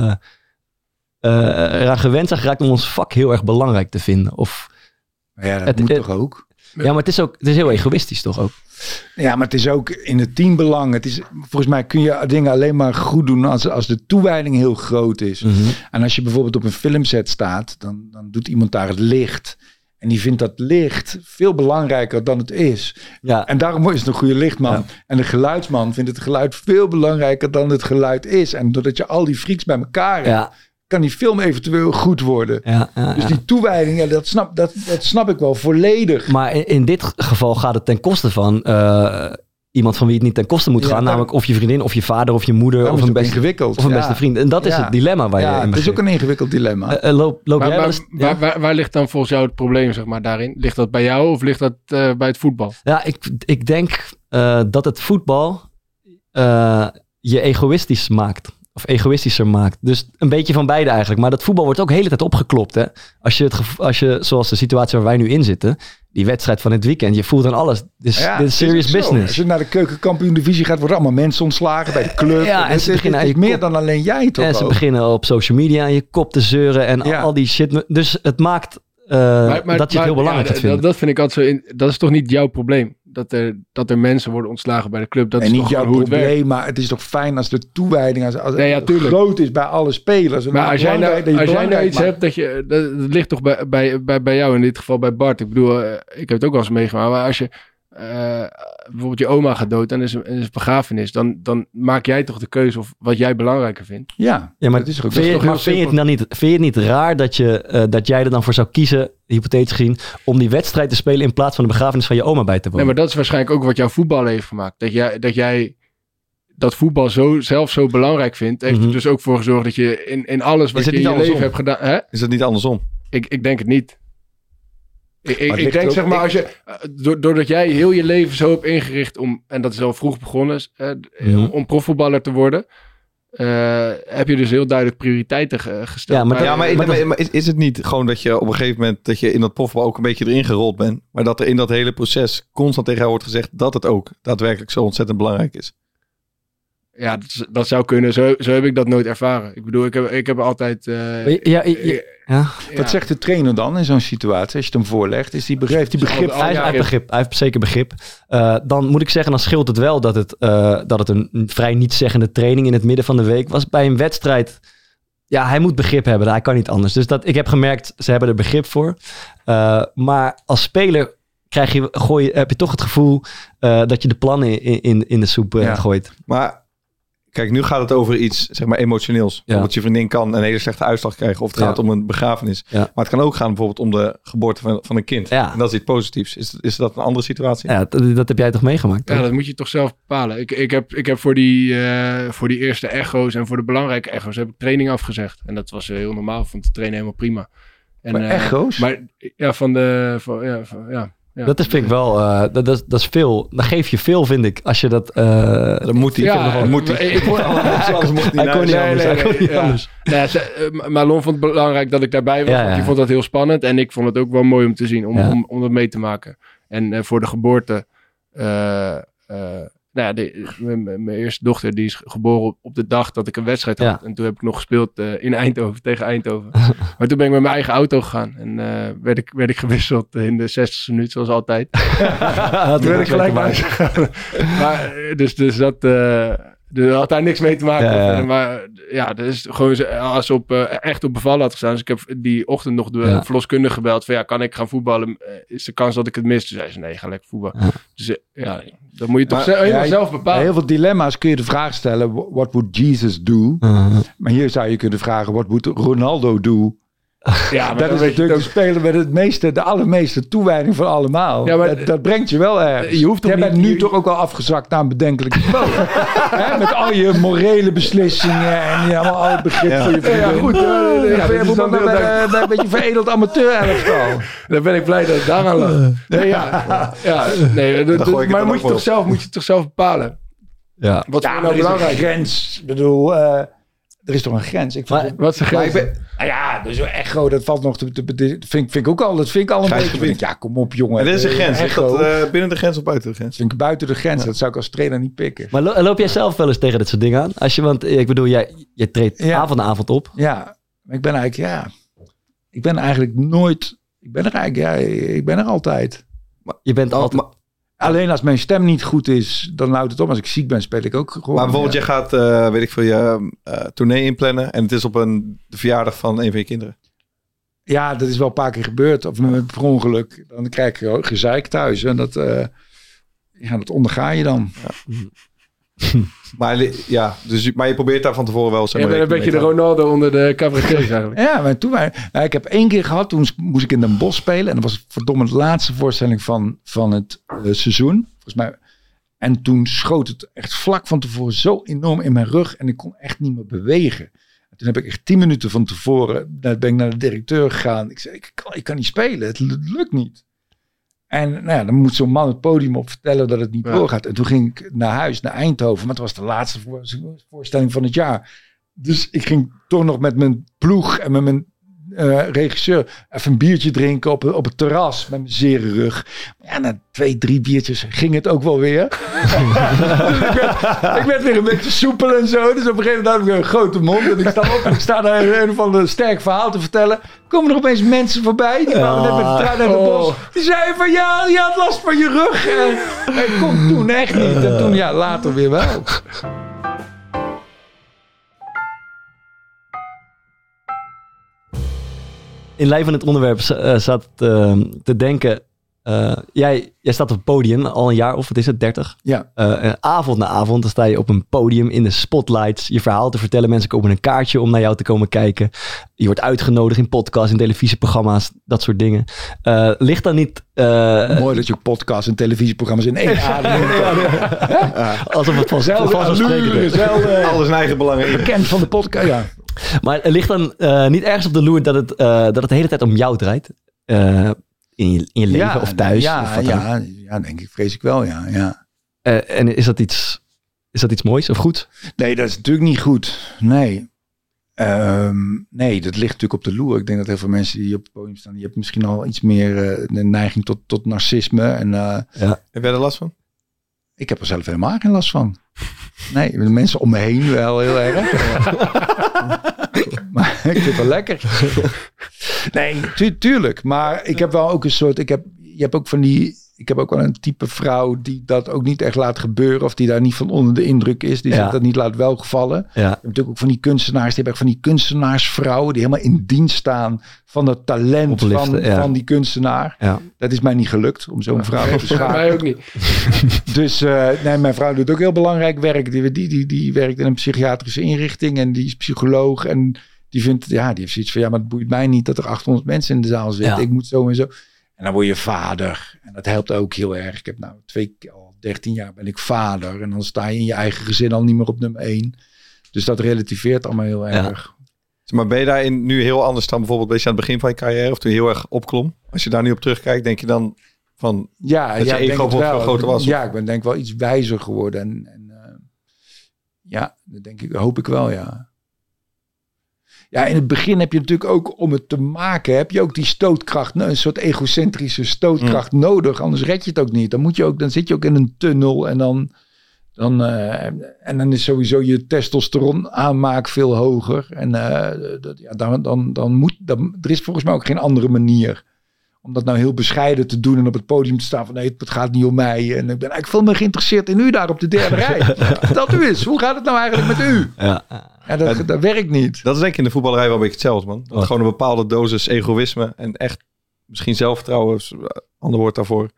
Speaker 2: eraan gewend zijn geraakt om ons vak heel erg belangrijk te vinden.
Speaker 5: Ja, dat moet toch ook?
Speaker 2: Ja, maar het is heel egoïstisch toch ook?
Speaker 5: Ja, maar het is ook in het teambelang. Volgens mij kun je dingen alleen maar goed doen als de toewijding heel groot is. Mm-hmm. En als je bijvoorbeeld op een filmset staat, dan doet iemand daar het licht. En die vindt dat licht veel belangrijker dan het is. Ja. En daarom is het een goede lichtman. Ja. En de geluidsman vindt het geluid veel belangrijker dan het geluid is. En doordat je al die freaks bij elkaar hebt... Ja. Kan die film eventueel goed worden. Dus die toewijding, dat snap ik wel volledig.
Speaker 2: Maar in dit geval gaat het ten koste van iemand van wie het niet ten koste moet gaan. Namelijk of je vriendin, of je vader, of je moeder, of een beste vriend. En dat is het dilemma waar je in begint.
Speaker 5: Het is ook een ingewikkeld dilemma.
Speaker 6: Waar ligt dan volgens jou het probleem, zeg maar, daarin? Ligt dat bij jou of ligt dat bij het voetbal?
Speaker 2: Ja, ik denk dat het voetbal je egoïstisch maakt. Of egoïstischer maakt. Dus een beetje van beide eigenlijk. Maar dat voetbal wordt ook de hele tijd opgeklopt. Hè? Als je, zoals de situatie waar wij nu in zitten... die wedstrijd van het weekend, je voelt aan alles. Dit is serious business.
Speaker 5: Als je naar de keukenkampioen-divisie gaat... worden allemaal mensen ontslagen bij de club. Ja, en ze beginnen het meer dan alleen jij toch.
Speaker 2: En ze beginnen op social media aan je kop te zeuren... en al die shit. Dus het maakt dat je het heel belangrijk vindt.
Speaker 6: Dat vind ik altijd zo... Dat is toch niet jouw probleem? Dat er mensen worden ontslagen bij de club. Dat
Speaker 5: en
Speaker 6: is
Speaker 5: niet
Speaker 6: toch
Speaker 5: jouw probleem, maar het is toch fijn als de toewijding groot is bij alle spelers.
Speaker 6: Maar als jij nou iets hebt, dat ligt toch bij jou in dit geval bij Bart. Ik bedoel, ik heb het ook wel eens meegemaakt. Maar als je bijvoorbeeld je oma gaat dood en er is een begrafenis, dan maak jij toch de keuze of wat jij belangrijker vindt.
Speaker 2: Ja, maar dat is ook vind je het niet raar dat jij er dan voor zou kiezen, hypothetisch gezien, om die wedstrijd te spelen in plaats van de begrafenis van je oma bij te wonen?
Speaker 6: Nee, maar dat is waarschijnlijk ook wat jouw voetbal heeft gemaakt. Dat jij dat voetbal zelf zo belangrijk vindt, heeft er dus ook voor gezorgd dat je in alles wat je in je leven hebt gedaan... Hè?
Speaker 4: Is het niet andersom?
Speaker 6: Ik denk het niet. Ik denk, zeg maar, als je doordat jij heel je leven zo hebt ingericht om, en dat is al vroeg begonnen, om profvoetballer te worden, heb je dus heel duidelijk prioriteiten gesteld.
Speaker 4: Maar is het niet gewoon dat je op een gegeven moment dat je in dat profvoetbal ook een beetje erin gerold bent, maar dat er in dat hele proces constant tegen jou wordt gezegd dat het ook daadwerkelijk zo ontzettend belangrijk is?
Speaker 6: Ja, dat zou kunnen. Zo heb ik dat nooit ervaren. Ik bedoel, ik heb altijd...
Speaker 5: Wat zegt de trainer dan in zo'n situatie? Als je het hem voorlegt, heeft hij begrip?
Speaker 2: Hij heeft zeker begrip. Dan moet ik zeggen, dan scheelt het wel dat het een vrij nietszeggende training in het midden van de week was. Bij een wedstrijd, ja, hij moet begrip hebben. Hij kan niet anders. Dus ik heb gemerkt, ze hebben er begrip voor. Maar als speler heb je toch het gevoel dat je de plannen in de soep gooit.
Speaker 4: Maar... Kijk, nu gaat het over iets, zeg maar, emotioneels. Bijvoorbeeld je vriendin kan een hele slechte uitslag krijgen. Of het gaat om een begrafenis. Ja. Maar het kan ook gaan bijvoorbeeld om de geboorte van een kind. Ja. En dat is iets positiefs. Is dat een andere situatie?
Speaker 2: Ja, dat heb jij toch meegemaakt? Toch?
Speaker 6: Ja, dat moet je toch zelf bepalen. Ik heb voor die eerste echo's en voor de belangrijke echo's heb ik training afgezegd. En dat was heel normaal. Ik vond de trainen helemaal prima. En,
Speaker 5: maar echo's?
Speaker 6: Maar ja, Ja.
Speaker 2: Dat vind ik wel, dat is veel. Dan geef je veel, vind ik. Als je dat...
Speaker 4: dan moet hij.
Speaker 6: Ja,
Speaker 4: moet hij.
Speaker 2: Hij kon niet anders.
Speaker 6: Marlon vond het belangrijk dat ik daarbij was. Want die vond dat heel spannend. En ik vond het ook wel mooi om te zien. Om dat mee te maken. En voor de geboorte... mijn eerste dochter die is geboren op de dag dat ik een wedstrijd had. En toen heb ik nog gespeeld in Eindhoven, tegen Eindhoven. Maar toen ben ik met mijn eigen auto gegaan. En werd ik gewisseld in de 60e minuut, zoals altijd. Toen werd ik gelijk naar huis gegaan. Maar, dus dat... Dat had daar niks mee te maken.
Speaker 2: Ja.
Speaker 6: Maar ja, dat is gewoon als ze echt op bevallen had gestaan. Dus ik heb die ochtend nog de verloskundige gebeld. Van kan ik gaan voetballen? Is de kans dat ik het mis? Toen zei ze, nee, ga lekker voetballen. Ja. Dus dat moet je toch helemaal zelf bepalen.
Speaker 5: Bij heel veel dilemma's kun je de vraag stellen, what would Jesus do? Maar hier zou je kunnen vragen, what would Ronaldo do? Ja, dat is natuurlijk de speler met de allermeeste toewijding van allemaal. Ja, maar dat brengt je wel ergens. Jij bent nu toch ook al afgezakt naar een bedenkelijk niveau. Met al je morele beslissingen en allemaal al het begrip voor je vriendin. Ja, goed. Je moet dan een beetje veredeld amateur-elftal.
Speaker 6: Dan ben ik blij dat ik daaraan lag. Maar moet je toch zelf bepalen.
Speaker 5: Ja. Wat is nou belangrijk? Grens. Ik bedoel... Er is toch een grens?
Speaker 6: Wat is de grens?
Speaker 5: Dus een echo, dat valt nog vind ik ook al. Dat vind ik al een beetje. Ja, kom op, jongen.
Speaker 4: En er is een grens. Ligt dat binnen de grens of buiten de grens?
Speaker 5: Vind ik buiten de grens. Dat zou ik als trainer niet pikken.
Speaker 2: Maar loop jij zelf wel eens tegen dit soort dingen aan? Want ik bedoel, jij treedt avond na avond op.
Speaker 5: Ja, maar ik ben eigenlijk nooit. Ik ben er altijd.
Speaker 2: Maar je bent altijd.
Speaker 5: Alleen als mijn stem niet goed is, dan houdt het op. Als ik ziek ben, speel ik ook gewoon.
Speaker 4: Maar bijvoorbeeld, je gaat, je tournee inplannen en het is op de verjaardag van een van je kinderen.
Speaker 5: Ja, dat is wel een paar keer gebeurd. Of per ongeluk. Dan krijg je gezeik thuis. En dat onderga je dan. Ja.
Speaker 4: Maar je probeert daar van tevoren wel...
Speaker 6: Je bent een beetje de Ronaldo onder de cabaretiers eigenlijk.
Speaker 5: Ja, maar ik heb 1 keer gehad, toen moest ik in Den Bosch spelen. En dat was verdomme de laatste voorstelling van het seizoen. Volgens mij. En toen schoot het echt vlak van tevoren zo enorm in mijn rug. En ik kon echt niet meer bewegen. En toen heb ik echt 10 minuten van tevoren... ben ik naar de directeur gegaan. Ik zei, ik kan niet spelen. Het lukt niet. En dan moet zo'n man het podium op vertellen dat het niet doorgaat. En toen ging ik naar huis, naar Eindhoven. Maar het was de laatste voorstelling van het jaar. Dus ik ging toch nog met mijn ploeg en met mijn regisseur even een biertje drinken op het terras met mijn zere rug. Maar ja, na 2-3 biertjes ging het ook wel weer. ik werd weer een beetje soepel en zo. Dus op een gegeven moment had ik een grote mond. En ik sta op en ik sta daar een of ander sterk verhaal te vertellen. Komen er opeens mensen voorbij. Die kwamen net met de trein naar de bos. Die zeiden van je had last van je rug. En ik kon toen echt niet. En toen later weer wel.
Speaker 2: In lijn van het onderwerp zat te denken... Jij staat op het podium al een jaar of wat is het, 30?
Speaker 5: Ja.
Speaker 2: Avond na avond dan sta je op een podium in de spotlights. Je verhaal te vertellen. Mensen kopen een kaartje om naar jou te komen kijken. Je wordt uitgenodigd in podcasts, in televisieprogramma's. Dat soort dingen. Ligt dan niet...
Speaker 5: Mooi dat je podcasts en televisieprogramma's in één adem...
Speaker 2: Alsof het vanzelfsprekend is.
Speaker 4: Alles in eigen belang.
Speaker 5: Bekend van de podcast, ja.
Speaker 2: Maar er ligt dan niet ergens op de loer dat het de hele tijd om jou draait? In je leven of thuis?
Speaker 5: Ja, denk ik. Vrees ik wel, ja.
Speaker 2: En is dat iets moois of goed?
Speaker 5: Nee, dat is natuurlijk niet goed. Nee. Nee, dat ligt natuurlijk op de loer. Ik denk dat heel veel mensen die op het podium staan... die hebben misschien al iets meer de neiging tot narcisme. En,
Speaker 4: Heb jij er last van?
Speaker 5: Ik heb er zelf helemaal geen last van. Nee, de mensen om me heen wel heel erg. Maar ik vind het wel lekker. Nee, tuurlijk. Maar ik heb wel ook een soort... Ik heb ook wel een type vrouw die dat ook niet echt laat gebeuren. Of die daar niet van onder de indruk is. Die zich dat niet laat welgevallen. Ja. Je hebt natuurlijk ook van die kunstenaars. Die hebben echt van die kunstenaarsvrouwen. Die helemaal in dienst staan van het talent van die kunstenaar. Ja. Dat is mij niet gelukt om zo'n vrouw te schakelen.
Speaker 6: Mij ook niet.
Speaker 5: Dus mijn vrouw doet ook heel belangrijk werk. Die werkt in een psychiatrische inrichting. En die is psycholoog. En die heeft zoiets van... maar het boeit mij niet dat er 800 mensen in de zaal zitten. Ja. Ik moet zo en zo. En dan word je vader. En dat helpt ook heel erg. Ik heb al 13 jaar ben ik vader. En dan sta je in je eigen gezin al niet meer op nummer 1. Dus dat relativeert allemaal heel erg.
Speaker 4: Maar ben je daarin nu heel anders dan bijvoorbeeld... beetje aan het begin van je carrière? Of toen je heel erg opklom? Als je daar nu op terugkijkt, denk je dan van...
Speaker 5: dat je ego
Speaker 4: veel groter was?
Speaker 5: Ja, ik ben denk ik wel iets wijzer geworden. En dat denk ik, hoop ik wel, ja. Ja, in het begin heb je natuurlijk ook om het te maken... heb je ook die stootkracht, een soort egocentrische stootkracht nodig. Anders red je het ook niet. Dan zit je ook in een tunnel en dan is sowieso je testosteron aanmaak veel hoger. En er is volgens mij ook geen andere manier om dat nou heel bescheiden te doen en op het podium te staan van nee, het gaat niet om mij. En ik ben eigenlijk veel meer geïnteresseerd in u daar op de derde rij. Dat u is. Hoe gaat het nou eigenlijk met u?
Speaker 2: Ja.
Speaker 5: Dat werkt niet.
Speaker 4: Dat is denk ik in de voetballerij wel een beetje hetzelfde, man. Dat gewoon een bepaalde dosis egoïsme en echt misschien zelfvertrouwen, is een ander woord daarvoor.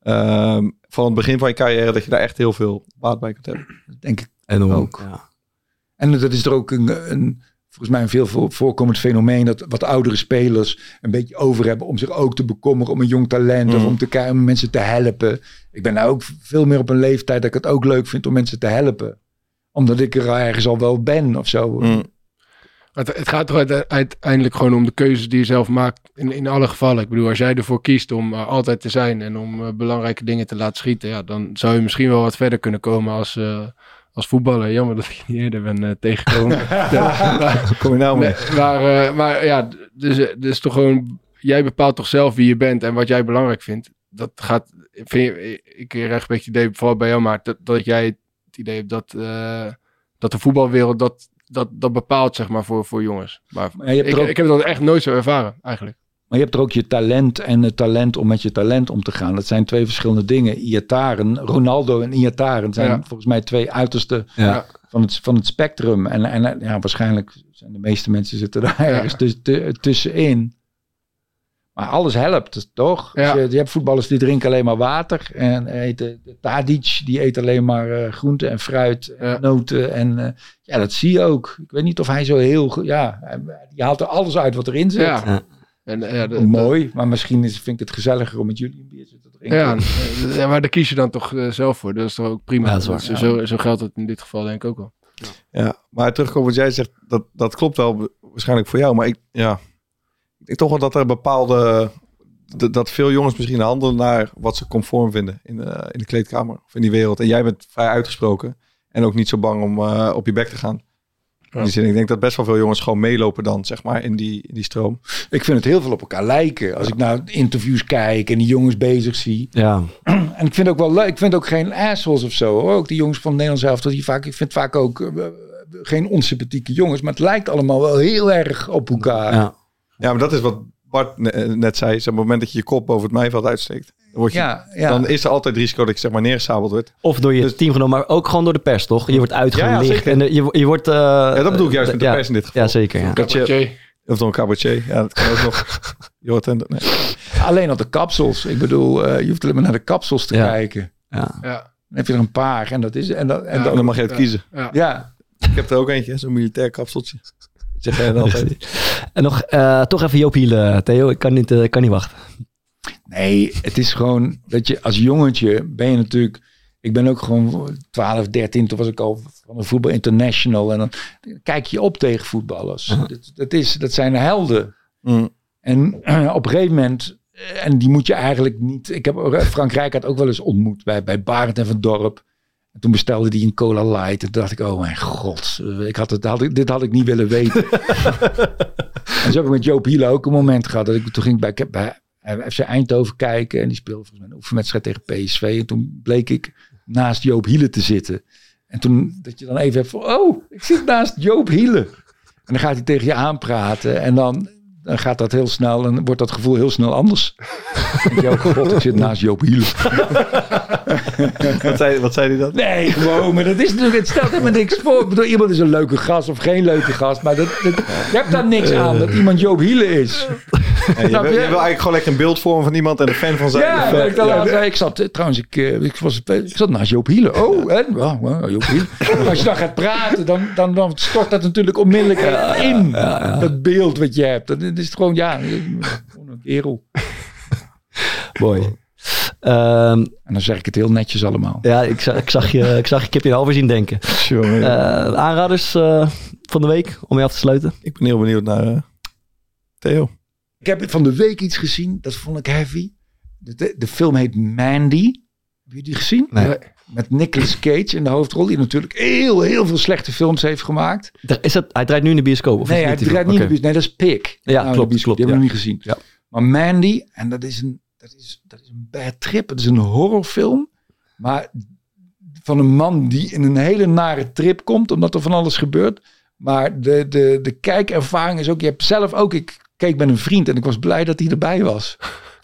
Speaker 4: Van het begin van je carrière dat je daar echt heel veel baat bij kunt hebben.
Speaker 5: Dat denk ik
Speaker 2: En
Speaker 5: ook.
Speaker 2: Ja.
Speaker 5: En dat is er ook volgens mij een veel voorkomend fenomeen dat wat oudere spelers een beetje over hebben om zich ook te bekommeren om een jong talent of om te kijken om mensen te helpen. Ik ben nou ook veel meer op een leeftijd dat ik het ook leuk vind om mensen te helpen. Omdat ik er ergens al wel ben of zo.
Speaker 6: Het gaat toch uiteindelijk gewoon om de keuzes die je zelf maakt in alle gevallen. Ik bedoel, als jij ervoor kiest om altijd te zijn en om belangrijke dingen te laten schieten, ja, dan zou je misschien wel wat verder kunnen komen als voetballer. Jammer dat ik niet eerder ben tegengekomen.
Speaker 4: Kom je nou mee?
Speaker 6: Maar ja, dus toch gewoon, jij bepaalt toch zelf wie je bent en wat jij belangrijk vindt. Dat gaat, ik krijg een beetje het idee, vooral bij jou, maar dat jij het idee hebt dat de voetbalwereld dat bepaalt, zeg maar, voor jongens. Maar ik heb dat echt nooit zo ervaren, eigenlijk.
Speaker 5: Maar je hebt er ook je talent en het talent om met je talent om te gaan. Dat zijn twee verschillende dingen. Ronaldo en Iataren zijn volgens mij twee uitersten van het spectrum. En waarschijnlijk zijn de meeste mensen zitten daar ergens tussenin. Maar alles helpt, toch? Ja. Je hebt voetballers die drinken alleen maar water. En Tadic, die eet alleen maar groenten en fruit en noten. En dat zie je ook. Ik weet niet of hij zo heel... die haalt er alles uit wat erin zit. Ja. Mooi, maar misschien vind ik het gezelliger om met jullie een biertje te drinken.
Speaker 6: Ja, maar daar kies je dan toch zelf voor. Dat is toch ook prima. Ja, zo geldt het in dit geval denk ik ook wel.
Speaker 4: Ja, maar terugkomen wat jij zegt, dat klopt wel waarschijnlijk voor jou. Maar ik denk toch wel dat er bepaalde... Dat veel jongens misschien handelen naar wat ze conform vinden in de kleedkamer of in die wereld. En jij bent vrij uitgesproken en ook niet zo bang om op je bek te gaan. In die zin, ik denk dat best wel veel jongens gewoon meelopen dan, zeg maar, in die stroom.
Speaker 5: Ik vind het heel veel op elkaar lijken. Als ik naar interviews kijk en die jongens bezig zie. Ja. En ik vind ook wel leuk. Ik vind ook geen assholes of zo. Hoor. Ook die jongens van het Nederlands elftal. Ik vind vaak ook geen onsympathieke jongens. Maar het lijkt allemaal wel heel erg op elkaar.
Speaker 4: Ja, maar dat is wat Bart net zei. Op het moment dat je je kop boven het maaiveld uitsteekt. Dan is er altijd het risico dat je zeg maar neergesabeld wordt.
Speaker 2: Of door je teamgenoot, maar ook gewoon door de pers, toch? Je wordt uitgelicht. En je wordt...
Speaker 4: dat bedoel ik juist met de pers in dit geval.
Speaker 2: Ja, zeker. Ja.
Speaker 4: Of dan een cabaretier. Ja, dat kan ook nog.
Speaker 5: Alleen op de kapsels. Ik bedoel, je hoeft alleen maar naar de kapsels te kijken. Ja. Dan heb je er een paar en dat is... En
Speaker 4: dan mag je het kiezen.
Speaker 5: Ja.
Speaker 4: Ik heb er ook eentje, zo'n militair kapseltje. Zeg jij dan altijd.
Speaker 2: En nog toch even Joop Hielen, Theo. Ik kan niet wachten.
Speaker 5: Nee, het is gewoon dat je als jongetje ben je natuurlijk... Ik ben ook gewoon 12, 13, toen was ik al van de Voetbal International. En dan kijk je op tegen voetballers. Dat zijn helden. En op een gegeven moment... En die moet je eigenlijk niet... Ik heb Frank Rijkaard ook wel eens ontmoet bij Barend en Van Dorp. En toen bestelde hij een Cola Light. En toen dacht ik, oh mijn god. Dit had ik niet willen weten. En zo heb ik met Joop Hielen ook een moment gehad. Toen ging ik bij FC Eindhoven kijken. En die speelde volgens mij een oefenwedstrijd tegen PSV. En toen bleek ik naast Joop Hielen te zitten. En toen dat je dan even hebt van... Oh, ik zit naast Joop Hielen. En dan gaat hij tegen je aanpraten. En dan gaat dat heel snel. En wordt dat gevoel heel snel anders. En god, ik zit naast Joop Hielen.
Speaker 4: Wat zei hij dan?
Speaker 5: Nee, gewoon. Maar dat is natuurlijk... Het stelt helemaal niks voor. Ik bedoel, iemand is een leuke gast of geen leuke gast. Maar je hebt daar niks aan dat iemand Joop Hielen is.
Speaker 4: Je wil eigenlijk gewoon lekker een beeld vormen van iemand en een fan van zijn.
Speaker 5: Ik zat trouwens, ik zat naast Joop Hielen. Oh, en? Joop Hielen. Als je dan gaat praten, dan stort dat natuurlijk onmiddellijk in. Dat beeld wat je hebt. Dan is het gewoon, gewoon een kerel.
Speaker 2: Mooi.
Speaker 5: En dan zeg ik het heel netjes allemaal.
Speaker 2: Ja, ik zag je, ik heb je al zien denken. Aanraders van de week om mee af te sluiten?
Speaker 4: Ik ben heel benieuwd naar Theo.
Speaker 5: Ik heb van de week iets gezien, dat vond ik heavy. De film heet Mandy. Heb je die gezien?
Speaker 2: Nee.
Speaker 5: Met Nicolas Cage in de hoofdrol, die natuurlijk heel veel slechte films heeft gemaakt.
Speaker 2: Hij draait nu in de bioscoop? Of
Speaker 5: nee, hij draait niet in de bioscoop. Nee, dat is Pig.
Speaker 2: Ja, klopt.
Speaker 5: Die hebben we nog niet gezien. Ja. Maar Mandy, en dat is een bad trip. Het is een horrorfilm. Maar van een man die in een hele nare trip komt, omdat er van alles gebeurt. Maar de kijkervaring is ook, je hebt zelf ook, ik keek met een vriend en ik was blij dat hij erbij was.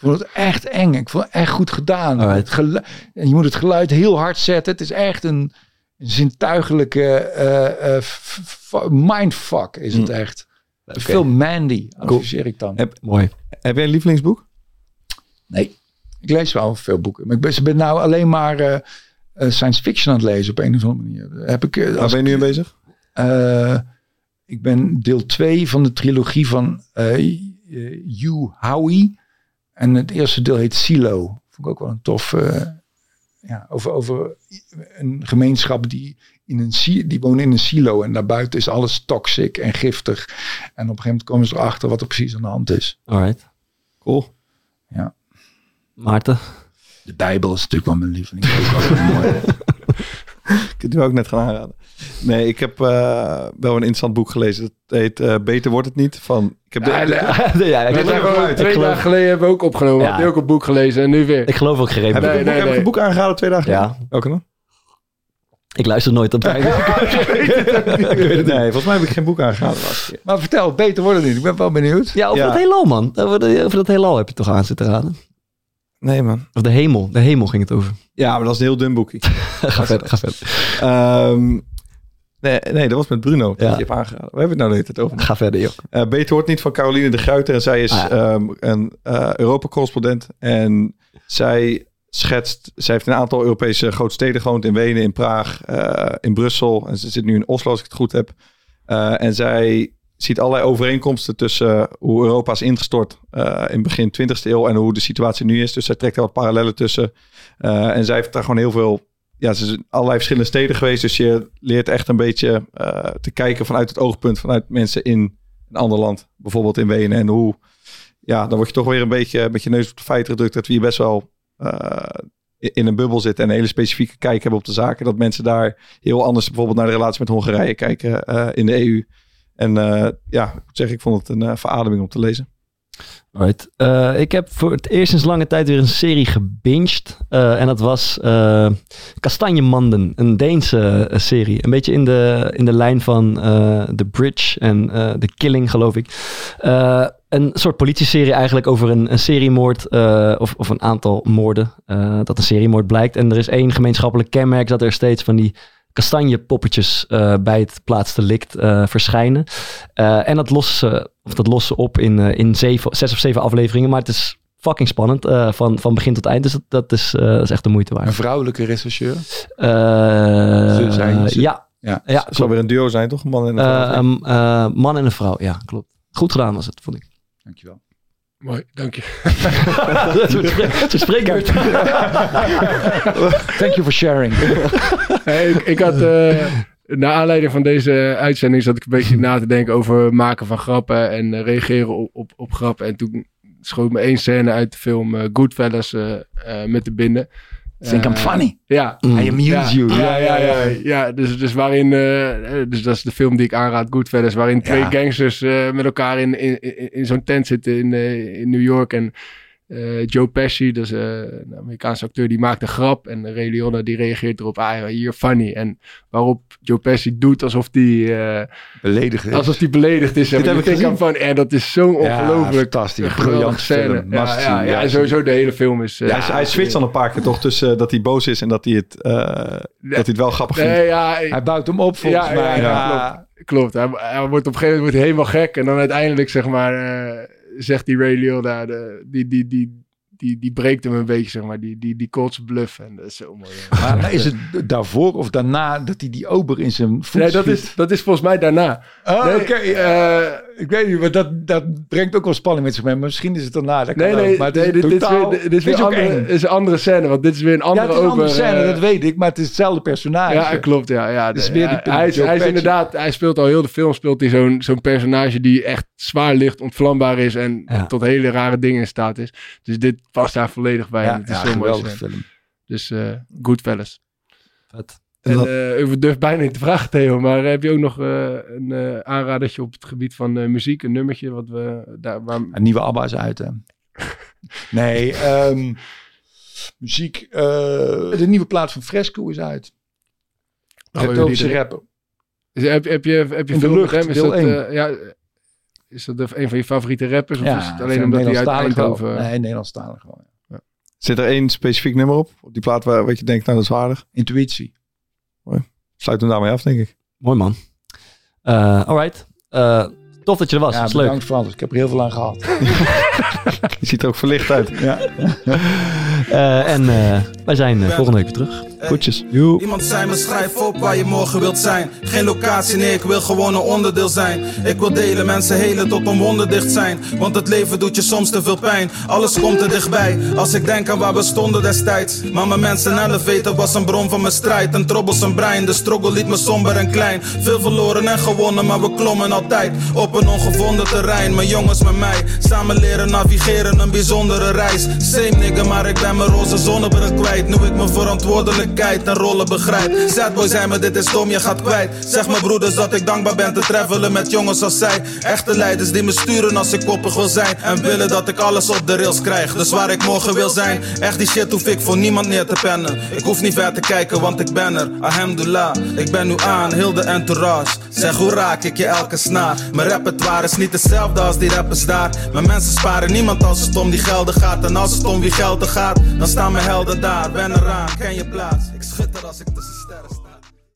Speaker 5: vond het echt eng. Ik vond het echt goed gedaan.
Speaker 2: Alright.
Speaker 5: En je moet het geluid heel hard zetten. Het is echt een zintuigelijke mindfuck is het echt.
Speaker 2: Okay.
Speaker 5: Veel Mandy, adviseer ik dan.
Speaker 2: Mooi.
Speaker 4: Heb jij een lievelingsboek?
Speaker 5: Nee, ik lees wel veel boeken. Maar ik ben nou alleen maar science fiction aan het lezen op een of andere manier.
Speaker 4: Waar ben je nu aan bezig?
Speaker 5: Ik ben deel 2 van de trilogie van Hugh Howey. En het eerste deel heet Silo. Vond ik ook wel een tof... over een gemeenschap die wonen in een silo. En daarbuiten is alles toxic en giftig. En op een gegeven moment komen ze erachter wat er precies aan de hand is.
Speaker 2: Alright. Cool.
Speaker 5: Ja.
Speaker 2: Maarten?
Speaker 5: De Bijbel is natuurlijk wel mijn lieveling.
Speaker 4: Ik heb het ook net gaan aanraden. Nee, ik heb wel een interessant boek gelezen. Het heet Beter wordt het niet. Ik heb
Speaker 6: gewoon 2 dagen geleden hebben we ook opgenomen.
Speaker 2: Ja.
Speaker 6: Heb je ook een boek gelezen en nu weer.
Speaker 2: Ik geloof ook geen
Speaker 4: Heb
Speaker 2: reden.
Speaker 4: ik een boek aangeraden 2 dagen geleden?
Speaker 2: Ja.
Speaker 4: Welke dan?
Speaker 2: Ik luister nooit op tijd.
Speaker 4: Nee, volgens mij heb ik geen boek aangeraden.
Speaker 5: Maar vertel, beter wordt het niet. Ik ben wel benieuwd.
Speaker 2: Ja, over dat heelal, man. Over dat heelal heb je toch aan zitten raden?
Speaker 4: Nee, man.
Speaker 2: Of de hemel. De hemel ging het over.
Speaker 4: Ja, maar dat is een heel dun boekje.
Speaker 2: Ga verder.
Speaker 4: Nee, dat was met Bruno. Dat
Speaker 2: Ja.
Speaker 4: je hebt aangeraden. We hebben het nou de hele tijd over.
Speaker 2: Ga verder, joh.
Speaker 4: Beter wordt niet van Caroline de Gruyter. En zij is een Europa-correspondent. En zij heeft een aantal Europese grote steden gewoond. In Wenen, in Praag, in Brussel. En ze zit nu in Oslo, als ik het goed heb. En zij ziet allerlei overeenkomsten tussen hoe Europa is ingestort in begin 20e eeuw en hoe de situatie nu is. Dus zij trekt er wat parallellen tussen. En zij heeft daar gewoon heel veel... Ja, ze is in allerlei verschillende steden geweest. Dus je leert echt een beetje te kijken vanuit het oogpunt vanuit mensen in een ander land. Bijvoorbeeld in Wenen. En hoe... Ja, dan word je toch weer een beetje met je neus op de feiten gedrukt dat we hier best wel in een bubbel zitten en een hele specifieke kijk hebben op de zaken. Dat mensen daar heel anders bijvoorbeeld naar de relatie met Hongarije kijken in de EU. En ik moet zeggen, ik vond het een verademing om te lezen.
Speaker 2: Right. Ik heb voor het eerst sinds lange tijd weer een serie gebinged. En dat was Kastanjemanden, een Deense serie. Een beetje in de lijn van The Bridge en The Killing, geloof ik. Een soort politieserie eigenlijk over een seriemoord of een aantal moorden. Dat een seriemoord blijkt. En er is 1 gemeenschappelijk kenmerk dat er steeds van die kastanjepoppetjes bij het plaatsdelict verschijnen. En dat lossen ze op in 6 of 7 afleveringen. Maar het is fucking spannend van begin tot eind. Dus dat is echt de moeite waard.
Speaker 5: Een vrouwelijke rechercheur?
Speaker 2: Ja.
Speaker 4: Het zal weer een duo zijn, toch? Een man en een vrouw.
Speaker 2: Man en een vrouw, ja, klopt. Goed gedaan was het, vond ik.
Speaker 5: Dankjewel.
Speaker 6: Mooi, dank je.
Speaker 2: Ze spreekwoord.
Speaker 5: Thank you for sharing.
Speaker 6: Ik had, naar aanleiding van deze uitzending zat ik een beetje na te denken over maken van grappen en reageren op grappen. En toen schoot me 1 scène uit de film Goodfellas met de binnen.
Speaker 5: Think I'm funny.
Speaker 6: Ja.
Speaker 5: I amuse you.
Speaker 6: Ja, dus waarin, dus dat is de film die ik aanraad, Goodfellas, waarin 2 gangsters met elkaar in zo'n tent zitten in New York. En Joe Pesci, dat is een Amerikaanse acteur, die maakt een grap. En Ray Liotta die reageert erop, you're funny. En waarop Joe Pesci doet alsof die
Speaker 5: beledigd is.
Speaker 6: Alsof die beledigd is.
Speaker 4: Dit heb ik gezien.
Speaker 6: En dat is zo'n ongelooflijk
Speaker 5: fantastisch. Briljant scène.
Speaker 6: Ja, sowieso de hele film is...
Speaker 4: hij switcht dan een paar keer toch tussen dat hij boos is en dat hij het wel grappig vindt.
Speaker 5: Hij bouwt hem op volgens mij.
Speaker 6: Ja, klopt. Hij wordt op een gegeven moment helemaal gek. En dan uiteindelijk zeg maar... zegt die Ray Liotta, die breekt hem een beetje, zeg maar. Die calls bluff. En dat is zo mooi.
Speaker 5: Maar is het daarvoor of daarna dat hij die ober in zijn voet
Speaker 6: dat is volgens mij daarna.
Speaker 5: Oké. Ik weet niet, maar dat brengt ook wel spanning met zich mee. Maar misschien is het daarna. Dat kan ook, maar dit is
Speaker 6: een andere scène. Want dit is weer een andere
Speaker 5: het is een andere scène, dat weet ik. Maar het is hetzelfde personage.
Speaker 6: Ja, klopt. Ja.
Speaker 5: Dus weer
Speaker 6: hij is inderdaad, hij speelt al heel de film, speelt hij zo'n personage die echt zwaar licht, ontvlambaar is en tot hele rare dingen in staat is. Dus dit past daar volledig bij. Het is zo'n mooie film. Dus Goodfellas.
Speaker 2: Vet.
Speaker 6: Ik durf bijna niet te vragen, Theo, maar heb je ook nog een aanradertje op het gebied van muziek, een nummertje wat we daar...
Speaker 5: Een nieuwe ABBA is uit, hè? Nee, muziek. De nieuwe plaat van Fresco is uit. De Belgische rapper.
Speaker 6: Heb je
Speaker 5: In de lucht, deel 1.
Speaker 6: Is dat een van je favoriete rappers? Of
Speaker 5: Ja,
Speaker 6: is het alleen omdat hij uit Eindhoven...
Speaker 5: Nee, Nederlandstalig gewoon. Ja.
Speaker 4: Zit er één specifiek nummer op die plaat waar je denkt, nou dat is waardig?
Speaker 5: Intuïtie.
Speaker 4: Sluit hem daarmee af, denk ik.
Speaker 2: Mooi man. Alright. Tof dat je er was.
Speaker 5: Ja,
Speaker 2: Dat is leuk.
Speaker 5: bedankt Frans. Ik heb er heel veel aan gehad.
Speaker 4: Je ziet er ook verlicht uit.
Speaker 5: Ja.
Speaker 2: En wij zijn volgende week weer terug. Goedjes.
Speaker 7: Iemand zei me, schrijf op waar je morgen wilt zijn. Geen locatie, nee, ik wil gewoon een onderdeel zijn. Ik wil delen, mensen helen tot een wonder dicht zijn. Want het leven doet je soms te veel pijn. Alles komt er dichtbij, als ik denk aan waar we stonden destijds. Maar mijn mensen elevator was een bron van mijn strijd. Een troublesome brein, de struggle liet me somber en klein. Veel verloren en gewonnen, maar we klommen altijd op een ongevonden terrein. Mijn jongens met mij, samen leren navigeren, een bijzondere reis. Same nigga, maar ik ben mijn roze zonnebril kwijt. Nu ik mijn verantwoordelijkheid en rollen begrijp. Sadboy zei me, dit is dom, je gaat kwijt. Zeg mijn broeders dat ik dankbaar ben te travelen met jongens als zij. Echte leiders die me sturen als ik koppig wil zijn. En willen dat ik alles op de rails krijg. Dus waar ik morgen wil zijn, echt die shit hoef ik voor niemand neer te pennen. Ik hoef niet ver te kijken, want ik ben er. Alhamdulillah, ik ben nu aan, heel de entourage. Zeg, hoe raak ik je elke snaar? Mijn repertoire is niet hetzelfde als die rappers daar. Mijn mensen sparen niemand als het om die gelden gaat. En als het om wie gelden gaat, dan staan mijn helden daar. Ben eraan, ken je plaats. Ik schitter als ik tussen sterren